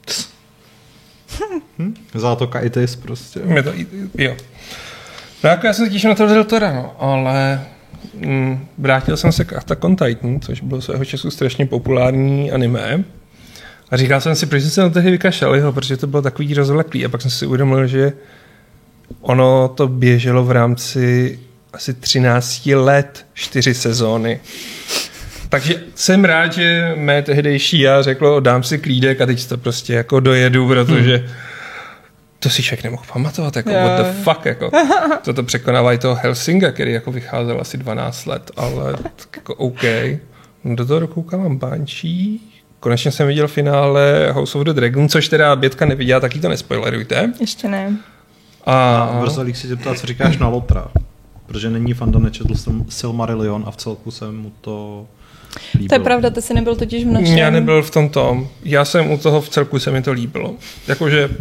Zátoka ITIS prostě. Jo. No jako já se těším na to Del Tora, no, ale vrátil jsem se k Attack on Titan, což bylo svého času strašně populární anime. A říkal jsem si, proč jsem se na tehdy vykašel, protože to bylo takový rozvleklý. A pak jsem si uvědomil, že ono to běželo v rámci asi 13 let 4 sezóny. Takže jsem rád, že mé tehdejší já řeklo, dám si klídek a teď to prostě jako dojedu, protože to si člověk nemohl pamatovat, jako what the fuck, jako. To překonává i toho Helsinga, který jako vycházel asi 12 let, ale tak jako OK. Do toho dokoukávám Banshee. Konečně jsem viděl finále House of the Dragon, což teda Bětka neviděla, taky to nespoilerujte. Ještě ne. A Vrzalík si tě ptá, co říkáš na Lotra. Protože není fanda, nečetl jsem Silmarillion a v celku jsem mu to líbilo. To je pravda, ty jsi nebyl totiž v našem. Já nebyl v tom. Já jsem u toho v celku, se mi to líbilo. Jakože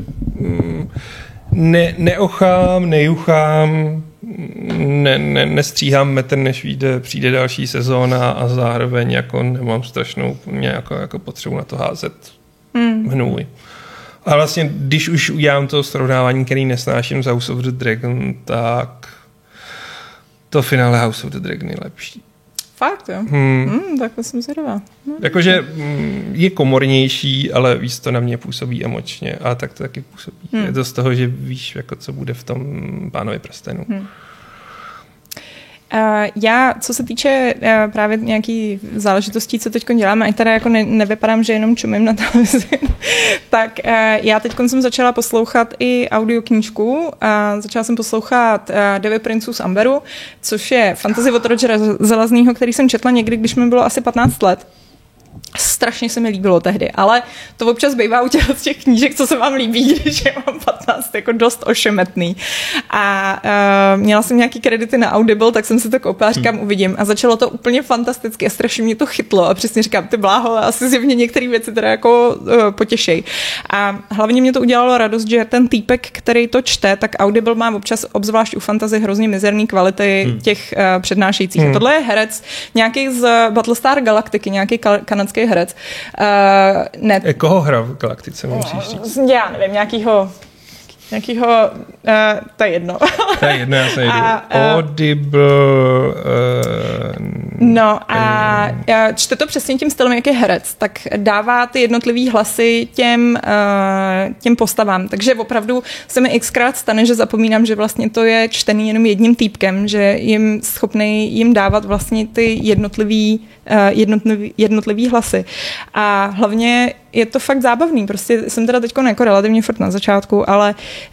neochám, nejuchám, nestříhám metr, než přijde další sezóna a zároveň jako nemám strašnou jako potřebu na to házet hnůj. A vlastně, když už udělám to srovnávání, který nesnáším z House of the Dragon, tak to finále House of the Dragon je lepší. Fakt, jo? Tak to jsem zvědavá. Jakože je komornější, ale víc to na mě působí emočně a tak to taky působí. Je to z toho, že víš, jako, co bude v tom Pánovi prstenů. Já, co se týče právě nějaký záležitostí, co teď děláme, a teda jako nevypadám, že jenom čumím na televizi, tak já teď jsem začala poslouchat i audioknížku. Začala jsem poslouchat Devy princů z Amberu, což je fantasy od Rogera Zeleznýho, který jsem četla někdy, když mi bylo asi 15 let. Strašně se mi líbilo tehdy, ale to občas bývá u těch knížek, co se vám líbí, když je mám 15, jako dost ošemetný. A měla jsem nějaký kredity na Audible, tak jsem si to koupila, říkám, uvidím. A začalo to úplně fantasticky a strašně mě to chytlo a přesně říkám, ty bláho, asi zjevně některé věci teda jako potěšej. A hlavně mě to udělalo radost, že ten týpek, který to čte, tak Audible má občas, obzvlášť u fantasy, hrozně mizerný kvality těch přednášejících. Tohle je herec, nějaký z Battlestar Galactiky, nějaký kanadský herec. Koho hra v Galaktice, musíš říct? Já nevím, nějakýho to je jedno. To je jedno, já se nejdu. Audible, No a čte to přesně tím stylem, jak je herec, tak dává ty jednotlivý hlasy těm postavám. Takže opravdu se mi xkrát stane, že zapomínám, že vlastně to je čtený jenom jedním týpkem, že jim schopný jim dávat vlastně ty jednotlivý hlasy. A hlavně je to fakt zábavný. Prostě jsem teda teďko jako relativně furt na začátku, ale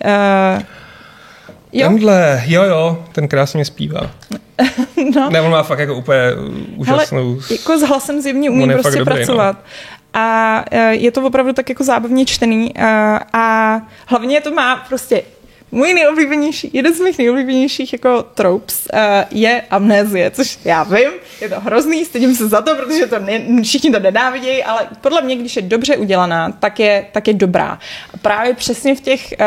jo, ten krásně zpívá. No. Ne, on má fakt jako úplně úžasnou... Hele, jako s hlasem zjevně umí prostě dobrý, pracovat. No. A je to opravdu tak jako zábavně čtený a hlavně to má prostě jeden z mých nejoblíbenějších jako tropes je amnézie, což já vím, je to hrozný, stydím se za to, protože všichni to nenávidějí, ale podle mě, když je dobře udělaná, tak je dobrá. A právě přesně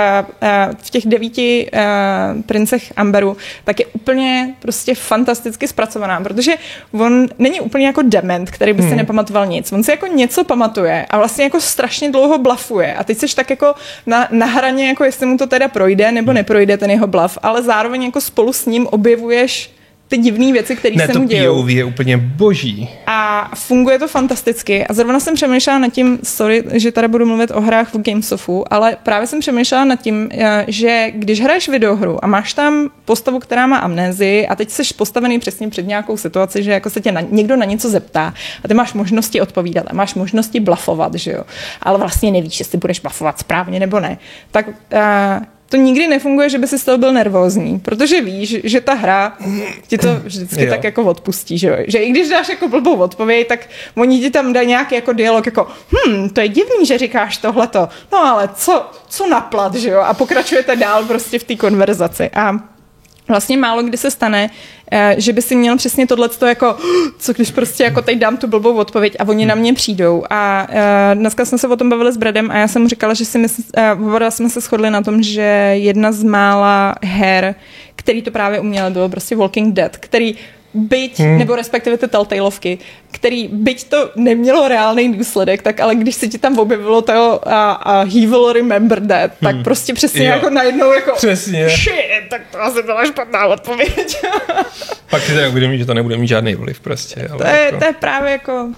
v těch 9 princech Amberu, tak je úplně prostě fantasticky zpracovaná, protože on není úplně jako dement, který by si nepamatoval nic. On si jako něco pamatuje a vlastně jako strašně dlouho blafuje a teď seš tak jako na hraně, jako jestli mu to teda projde, nebo neprojde ten jeho bluff, ale zároveň jako spolu s ním objevuješ ty divné věci, které se mu dějou. POV je úplně boží. A funguje to fantasticky. A zrovna jsem přemýšlela nad tím, sorry, že tady budu mluvit o hrách v Gamesofu, ale právě jsem přemýšlela nad tím, že když hraješ videohru a máš tam postavu, která má amnézii a teď jsi postavený přesně před nějakou situaci, že jako se tě někdo na něco zeptá a ty máš možnosti odpovídat a máš možnosti blafovat, že jo. Ale vlastně nevíš, jestli budeš blafovat správně nebo ne. Tak to nikdy nefunguje, že by si z toho byl nervózní, protože víš, že ta hra ti to vždycky tak jako odpustí, že jo? Že i když dáš jako blbou odpověď, tak oni ti tam dají nějaký jako dialog jako to je divný, že říkáš tohleto, no ale co naplat, že jo? A pokračujete dál prostě v té konverzaci a vlastně málo kdy se stane, že by si měl přesně tohleto jako, co když prostě jako teď dám tu blbou odpověď a oni na mě přijdou. A dneska jsme se o tom bavili s Bradem a já jsem mu říkala, že jsme se shodli na tom, že jedna z mála her, který to právě uměl, bylo prostě Walking Dead, který nebo respektive ty Telltaleovky, který byť to nemělo reálný důsledek, tak ale když se ti tam objevilo to he will remember that, tak prostě přesně jako najednou jako přesně. Shit, tak to asi byla špatná odpověď. Pak si tak uvědomí, že to nebude mít žádný vliv prostě. Ale to je právě jako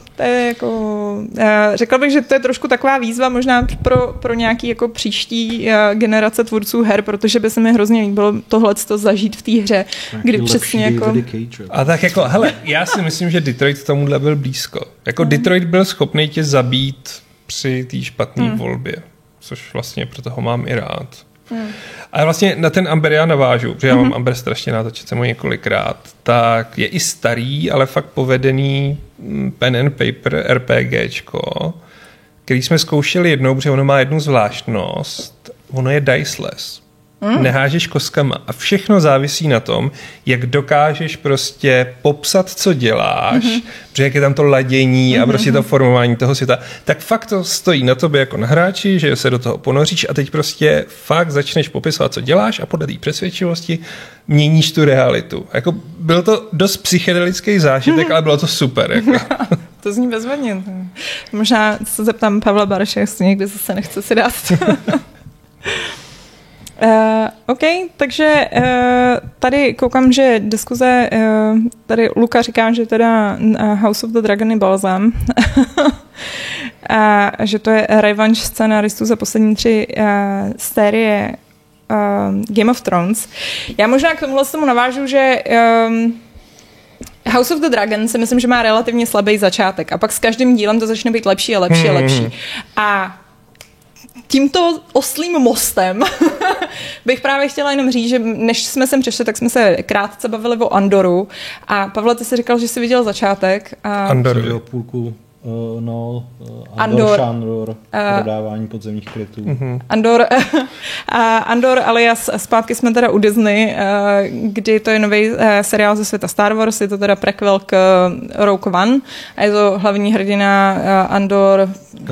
řekla bych, že to je trošku taková výzva možná pro nějaký jako příští generace tvůrců her, protože by se mi hrozně líbilo tohleto zažít v té hře, kdy přesně jako... A tak jako, hele, já si myslím, že Detroit tomuhle byl blízko. Jako Detroit byl schopný tě zabít při té špatné volbě, což vlastně proto ho mám i rád. A vlastně na ten Amber já navážu, protože já mám Amber strašně natočit jsem ho několikrát, tak je i starý, ale fakt povedený pen and paper RPGčko, který jsme zkoušeli jednou, protože ono má jednu zvláštnost, ono je diceless. Nehážeš kostkama a všechno závisí na tom, jak dokážeš prostě popsat, co děláš, protože jak je tam to ladění a prostě to formování toho světa, tak fakt to stojí na tobě jako na hráči, že se do toho ponoříš a teď prostě fakt začneš popisovat, co děláš a podle té přesvědčivosti měníš tu realitu. Jako byl to dost psychedelický zážitek, ale bylo to super. Jako. To zní bezvadně. Možná se zeptám Pavla Bareše, jestli někdy zase nechce si dát. OK, takže tady koukám, že diskuze, tady Luka říká, že teda House of the Dragon je balzám, a že to je revenge scenaristů za poslední 3 série Game of Thrones. Já možná k tomuhle tomu navážu, že House of the Dragon si myslím, že má relativně slabý začátek a pak s každým dílem to začne být lepší a lepší a lepší. A tímto oslým mostem bych právě chtěla jenom říct, že než jsme sem přišli, tak jsme se krátce bavili o Andoru a Pavle, ty jsi říkal, že jsi viděl začátek. Andor půlku. Andor, prodávání podzemních krytů. Andor alias zpátky jsme teda u Disney, kdy to je nový seriál ze světa Star Wars, je to teda prequel k Rogue One a je to hlavní hrdina Andor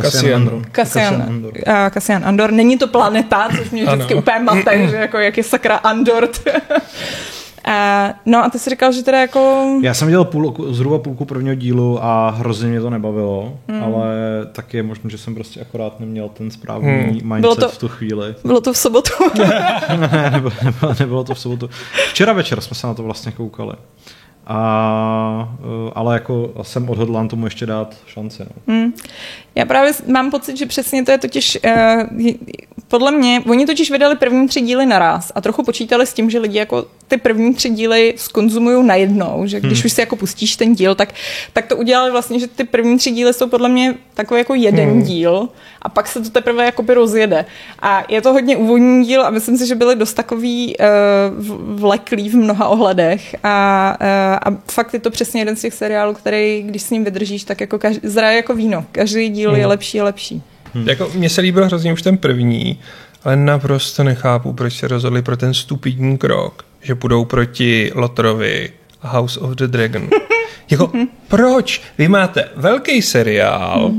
Cassian Andor. Není to planeta, což mě vždycky úplně mate, že jako jak je sakra Andor. No a ty jsi říkal, že teda jako... Já jsem viděl zhruba půlku prvního dílu a hrozně mě to nebavilo, ale tak je možné, že jsem prostě akorát neměl ten správný mindset v tu chvíli. Bylo to v sobotu? Ne, nebylo to v sobotu. Včera večer jsme se na to vlastně koukali. Ale jako jsem odhodlán tomu ještě dát šanci. No. Já právě mám pocit, že přesně to je totiž, podle mě, oni totiž vydali první 3 díly naraz a trochu počítali s tím, že lidi jako ty první 3 díly zkonzumují najednou, že když už si jako pustíš ten díl, tak to udělali vlastně, že ty první 3 díly jsou podle mě takový jako jeden díl a pak se to teprve jakoby rozjede. A je to hodně úvodní díl a myslím si, že byly dost takový vleklý v mnoha ohledech a fakt je to přesně jeden z těch seriálů, který, když s ním vydržíš, tak jako zraje jako víno. Každý díl je lepší a lepší. Jako mně se líbil hrozně už ten první, ale naprosto nechápu, proč se rozhodli pro ten stupidní krok, že půjdou proti Lotrovi a House of the Dragon. Jako, proč? Vy máte velký seriál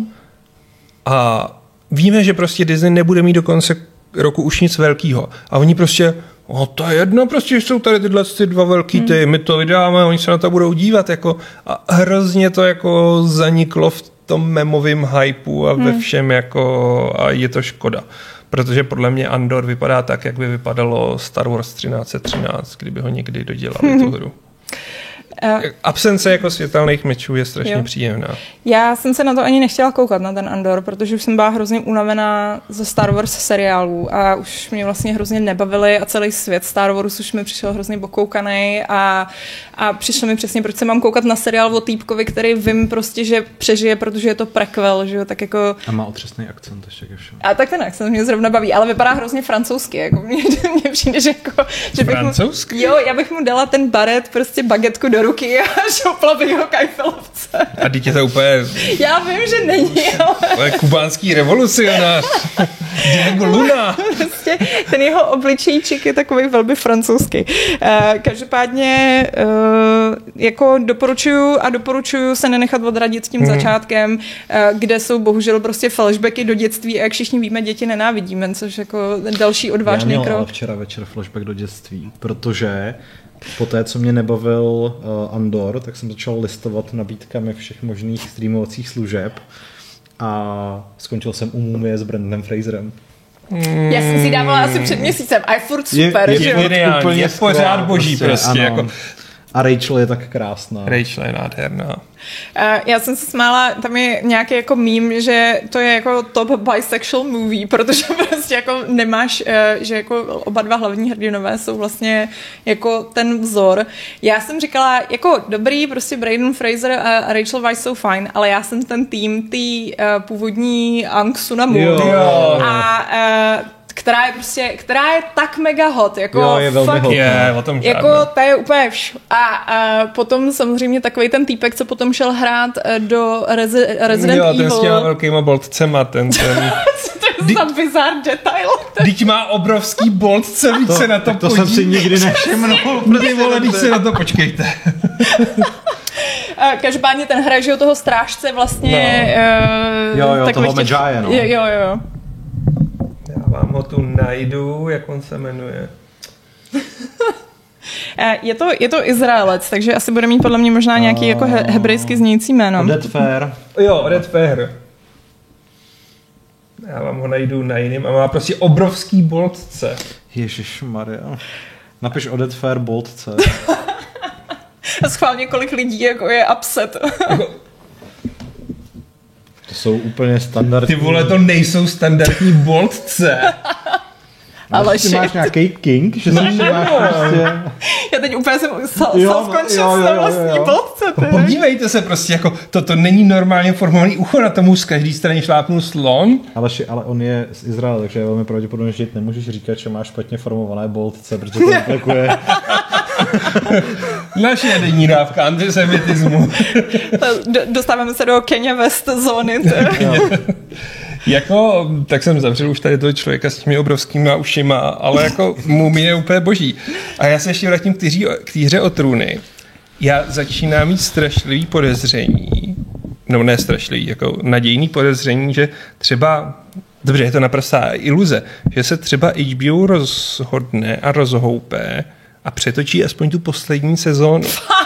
a víme, že prostě Disney nebude mít do konce roku už nic velkýho. A oni prostě, to je jedno, prostě jsou tady tyhle 2 velký ty, my to vydáme, oni se na to budou dívat. Jako, a hrozně to jako zaniklo v tom memovým hypeu a ve všem jako, a je to škoda. Protože podle mě Andor vypadá tak, jak by vypadalo Star Wars 1313, kdyby ho někdy dodělali tu hru. Absence jako světelných mečů je strašně příjemná. Já jsem se na to ani nechtěla koukat, na ten Andor, protože už jsem byla hrozně unavená ze Star Wars seriálů a už mě vlastně hrozně nebavili a celý svět Star Wars už mi přišel hrozně bokoukanej a přišlo mi přesně, proč se mám koukat na seriál o týpkovi, který vím prostě, že přežije, protože je to prequel, že jo, tak jako... A má otřesný akcent ještě ke všemu. A tak ten akcent mě zrovna baví, ale vypadá hrozně francouzsky, jako mně přijde, že jako... Že francouzsky? Já bych mu dala ten baret, prostě bagetku do ruky a šoupla bych ho kajfelovce. A teď je to úplně... Já vím, že není, ale... To je kubánský revolucionář. Diego Luna. Prostě ten jeho obličejčík je takový velmi francouzský. Každopádně jako doporučuju se nenechat odradit tím začátkem, kde jsou bohužel prostě flashbacky do dětství a jak všichni víme, děti nenávidíme, což jako další odvážný krok. Já měl včera večer flashback do dětství, protože poté, co mě nebavil Andor, tak jsem začal listovat nabídkami všech možných streamovacích služeb a skončil jsem u Mumie s Brendanem Fraserem. Já jsem si dávala asi před měsícem a je furt super, že jo? Je pořád boží prostě jako. A Rachel je tak krásná. Rachel je nádherná. Já jsem se smála, tam je nějaký jako meme, že to je jako top bisexual movie, protože prostě jako nemáš, že jako oba dva hlavní hrdinové jsou vlastně jako ten vzor. Já jsem říkala, jako dobrý, prostě Brendan Fraser a Rachel Weisz jsou fajn, ale já jsem ten tým, původní Aang Sunamu. Která je tak mega hot, jako jo, je velmi hot. Je, o tom jako ta je úplně a potom samozřejmě takovej ten týpek, co potom šel hrát do Resident Evil. Jo, ten s těma velkýma boltcema, ten. Co to je za bizarre detail? Teď má obrovský boltce, víc se na to podívejte. To jsem si nikdy nevšimnul. Ty vole, když se na to počkejte. Každopádně ten hraje, že toho strážce vlastně... Jo, toho Medžaje, no. Jo. Vám ho tu najdu, jak on se jmenuje. Je to Izraelec, takže asi bude mít podle mě možná nějaký jako hebrejsky znějící jméno. Oded Fair. Jo, Oded Fair. Já vám ho najdu na jiným a má prostě obrovský boltce. Ježišmarja. Napiš Oded Fair boltce. Schválně kolik lidí jako je upset. To jsou úplně standardní. Ty vole, to nejsou standardní boltce. Ale ty máš nějaký king, že máš prostě... Já teď úplně jsem self-conscious na vlastní boltce. Podívejte se prostě, jako toto není normálně formovaný ucho, na tomu z každé strany šlápnul slon. Ale on je z Izraele, takže je velmi pravděpodobně, že nemůžeš říkat, že máš špatně formované boltce, protože to implikuje... Naše denní dávka antisemitismu. Dostáváme se do Kanye West zóny. Jako, tak jsem zavřel už tady toho člověka s těmi obrovskými ušima, ale jako Mumie je úplně boží. A já se ještě vrátím k té hře o trůny. Já začínám mít strašlivý podezření, no ne strašlivý, jako nadějný podezření, že třeba, dobře, je to naprostá iluze, že se třeba HBO rozhodne a rozhoupe a přetočí aspoň tu poslední sezónu.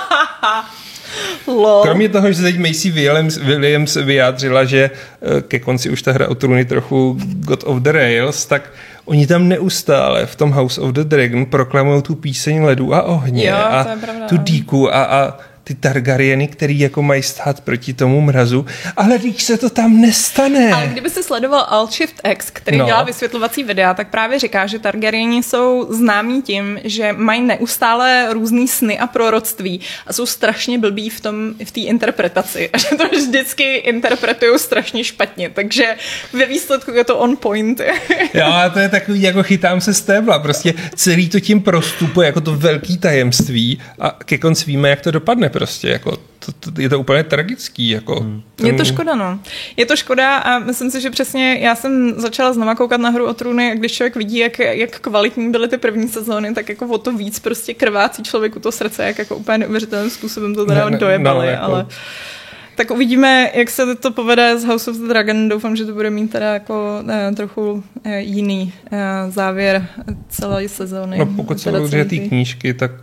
Kromě toho, že teď Macy Williams vyjádřila, že ke konci už ta hra o trůny trochu got off the rails, tak oni tam neustále v tom House of the Dragon proklamují tu píseň Ledu a ohně jo, a tu díku a ty Targaryeny, který jako mají stát proti tomu mrazu, ale když se to tam nestane. Ale kdyby si sledoval Alt Shift X, který dělá vysvětlovací videa, tak právě říká, že Targaryeni jsou známí tím, že mají neustále různý sny a proroctví a jsou strašně blbí v té interpretaci a že to vždycky interpretují strašně špatně, takže ve výsledku je to on point. Jo, a to je takový, jako chytám se stébla, prostě celý to tím prostupuje jako to velký tajemství a ke konci víme, jak to dopadne prostě, jako je to úplně tragický. Jako Je to škoda, no. Je to škoda a myslím si, že přesně já jsem začala znova koukat na Hru o trůny a když člověk vidí, jak kvalitní byly ty první sezóny, tak jako o to víc prostě krvácí člověku to srdce, jak jako úplně neuvěřitelným způsobem to teda dojebali, jako... ale... Tak uvidíme, jak se to povede z House of the Dragon. Doufám, že to bude mít teda jako trochu jiný závěr celé sezóny. No pokud se budou ty knížky, tak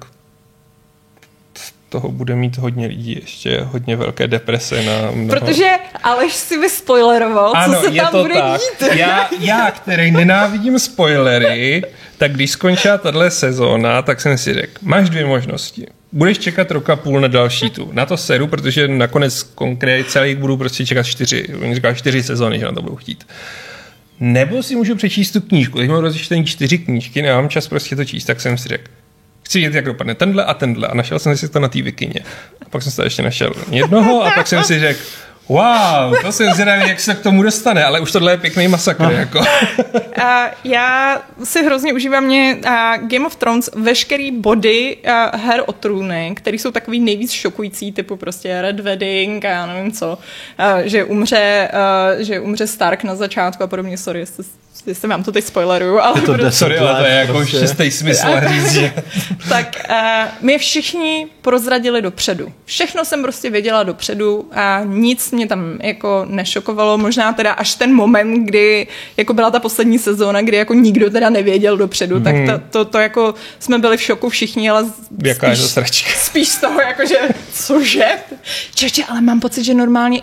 toho bude mít hodně lidí ještě hodně velké deprese na mnoho. Protože Aleš si vyspoileroval, co se tam bude dít. Já, který nenávidím spoilery, tak když skončila tahle sezóna, tak jsem si řekl, máš 2 možnosti. Budeš čekat 1,5 roku na další tu. Na to seru, protože nakonec konkrétně celý budu prostě čekat 4. Oni říkali 4 sezóny, že na to budou chtít. Nebo si můžu přečíst tu knížku. Teď mám rozečtený 4 knížky, nemám čas prostě to číst, tak jsem si řekl, chci vidět, jak dopadne tenhle a tenhle. A našel jsem si to na té Wikině. A pak jsem se ještě našel jednoho a pak jsem si řekl, wow, to jsem zvědavý, jak se k tomu dostane, ale už tohle je pěkný masakr. Jako. Já si hrozně užívám Game of Thrones, veškerý body her o trůny, který jsou takový nejvíc šokující, typu prostě Red Wedding a já nevím co, že umře Stark na začátku a podobně, sorry, jestli vám to teď spoileruju, ale... Sorry, ale to je jako čistý smysl říct, že... Tak my všichni prozradili dopředu. Všechno jsem prostě věděla dopředu a nic mě tam jako nešokovalo. Možná teda až ten moment, kdy jako byla ta poslední sezóna, kdy jako nikdo teda nevěděl dopředu, tak to jako jsme byli v šoku všichni, ale spíš z toho jako, že cože? Čeče, ale mám pocit, že normálně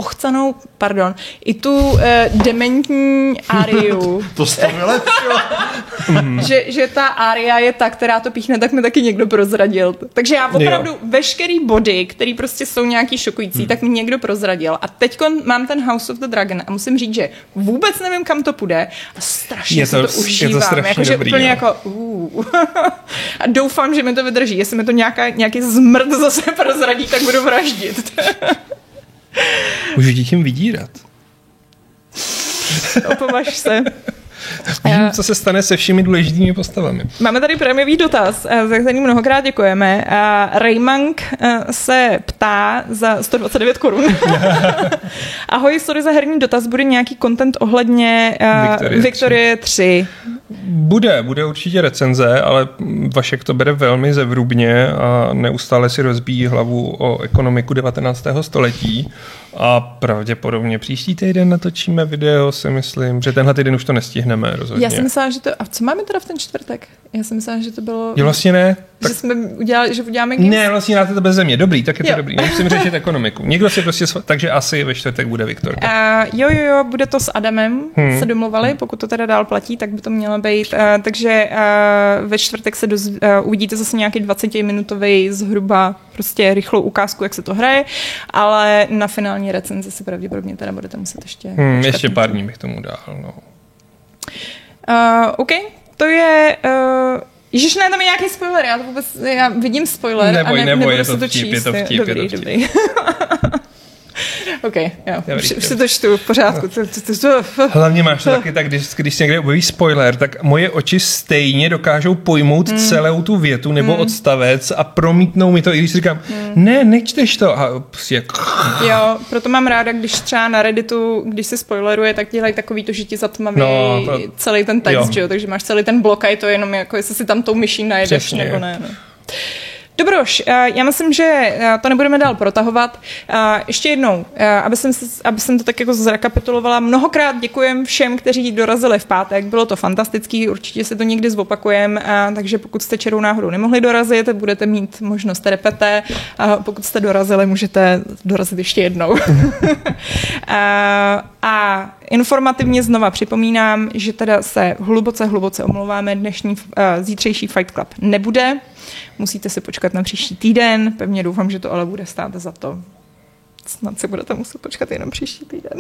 i tu dementní Ariu to jste vylepšilo. že ta Aria je ta, která to píchne, tak mi taky někdo prozradil. Takže já opravdu veškerý body, který prostě jsou nějaký šokující, tak mi někdo prozradil. A teďko mám ten House of the Dragon a musím říct, že vůbec nevím, kam to půjde a strašně se to užívám. Jakože úplně jako a doufám, že mi to vydrží. Jestli mi to nějaký zmrt zase prozradí, tak budu vraždit. Můžu ti tím vydírat. Opovaž se. Vím, co se stane se všemi důležitými postavami. Máme tady prémiový dotaz, za který mnohokrát děkujeme. Raymang se ptá za 129 korun. Ahoj, sorry za herní dotaz, bude nějaký content ohledně Viktorie 3? Bude určitě recenze, ale Vašek to bere velmi zevrubně a neustále si rozbíjí hlavu o ekonomiku 19. století a pravděpodobně příští týden natočíme video, si myslím, že tenhle týden už to nestihneme rozhodně. Já jsem myslela, že to... A co máme teda v ten čtvrtek? Já jsem myslela, že to bylo... Jo, vlastně ne. Že jsme udělali, že uděláme Games? Ne, vlastně dáte to bez země. Dobrý, tak je to dobrý. Nemusím řešit ekonomiku. Někdo si prostě... Takže asi ve čtvrtek bude Viktorka. Jo, bude to s Adamem, se domluvali, pokud to teda dál platí, tak by to mělo být. Takže ve čtvrtek se uvidíte zase nějaký 20-minutový zhruba prostě rychlou ukázku, jak se to hraje, ale na finální recenzi si pravděpodobně teda budete muset ještě... ještě pár dní bych tomu dál, no. OK, to je... Ježiš, ne, tam je nějaký spoiler, já vidím spoiler neboj, a nebudu je si to číst. Je to vtip. Dobrý. OK, jo. Už si to čtu, v pořádku. Hlavně máš to taky tak, když se někde objeví spoiler, tak moje oči stejně dokážou pojmout celou tu větu nebo odstavec a promítnou mi to, i když si říkám, ne, nečteš to. A prostě... Jo, proto mám ráda, když třeba na Redditu, když se spoileruje, tak dělají takový to, že ti zatmaví celý ten text, jo, takže máš celý ten blok a je to jenom jako, jestli si tam tou myší najedeš, přesně, nebo ne. Dobroš, já myslím, že to nebudeme dál protahovat. Ještě jednou, aby jsem to tak jako zrekapitulovala, mnohokrát děkujem všem, kteří dorazili v pátek, bylo to fantastický, určitě se to někdy zopakujeme, takže pokud jste čirou náhodou nemohli dorazit, budete mít možnost repete, pokud jste dorazili, můžete dorazit ještě jednou. A informativně znova připomínám, že teda se hluboce omlouváme, zítřejší Fight Club nebude. musíte si počkat na příští týden. Pevně doufám, že to ale bude stát za to. Snad se budete muset počkat jenom příští týden.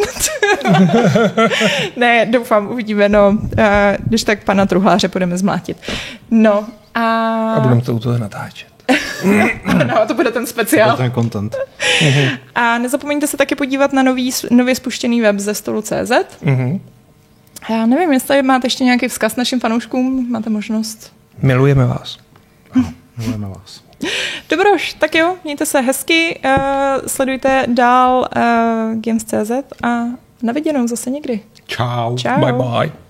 Ne, doufám, uvidíme. No, když tak pana Truhláře půjdeme zmlátit. No a budeme to u toho natáčet. No, to bude ten speciál. To je ten content. A nezapomeňte se taky podívat na nově spuštěný web ze stolu.cz. Já nevím, jestli máte ještě nějaký vzkaz našim fanouškům. Máte možnost? Milujeme vás. Milujeme vás. Dobroš, tak jo, mějte se hezky, sledujte dál Games.cz a na viděnou zase někdy. Čau. Čau. Bye bye.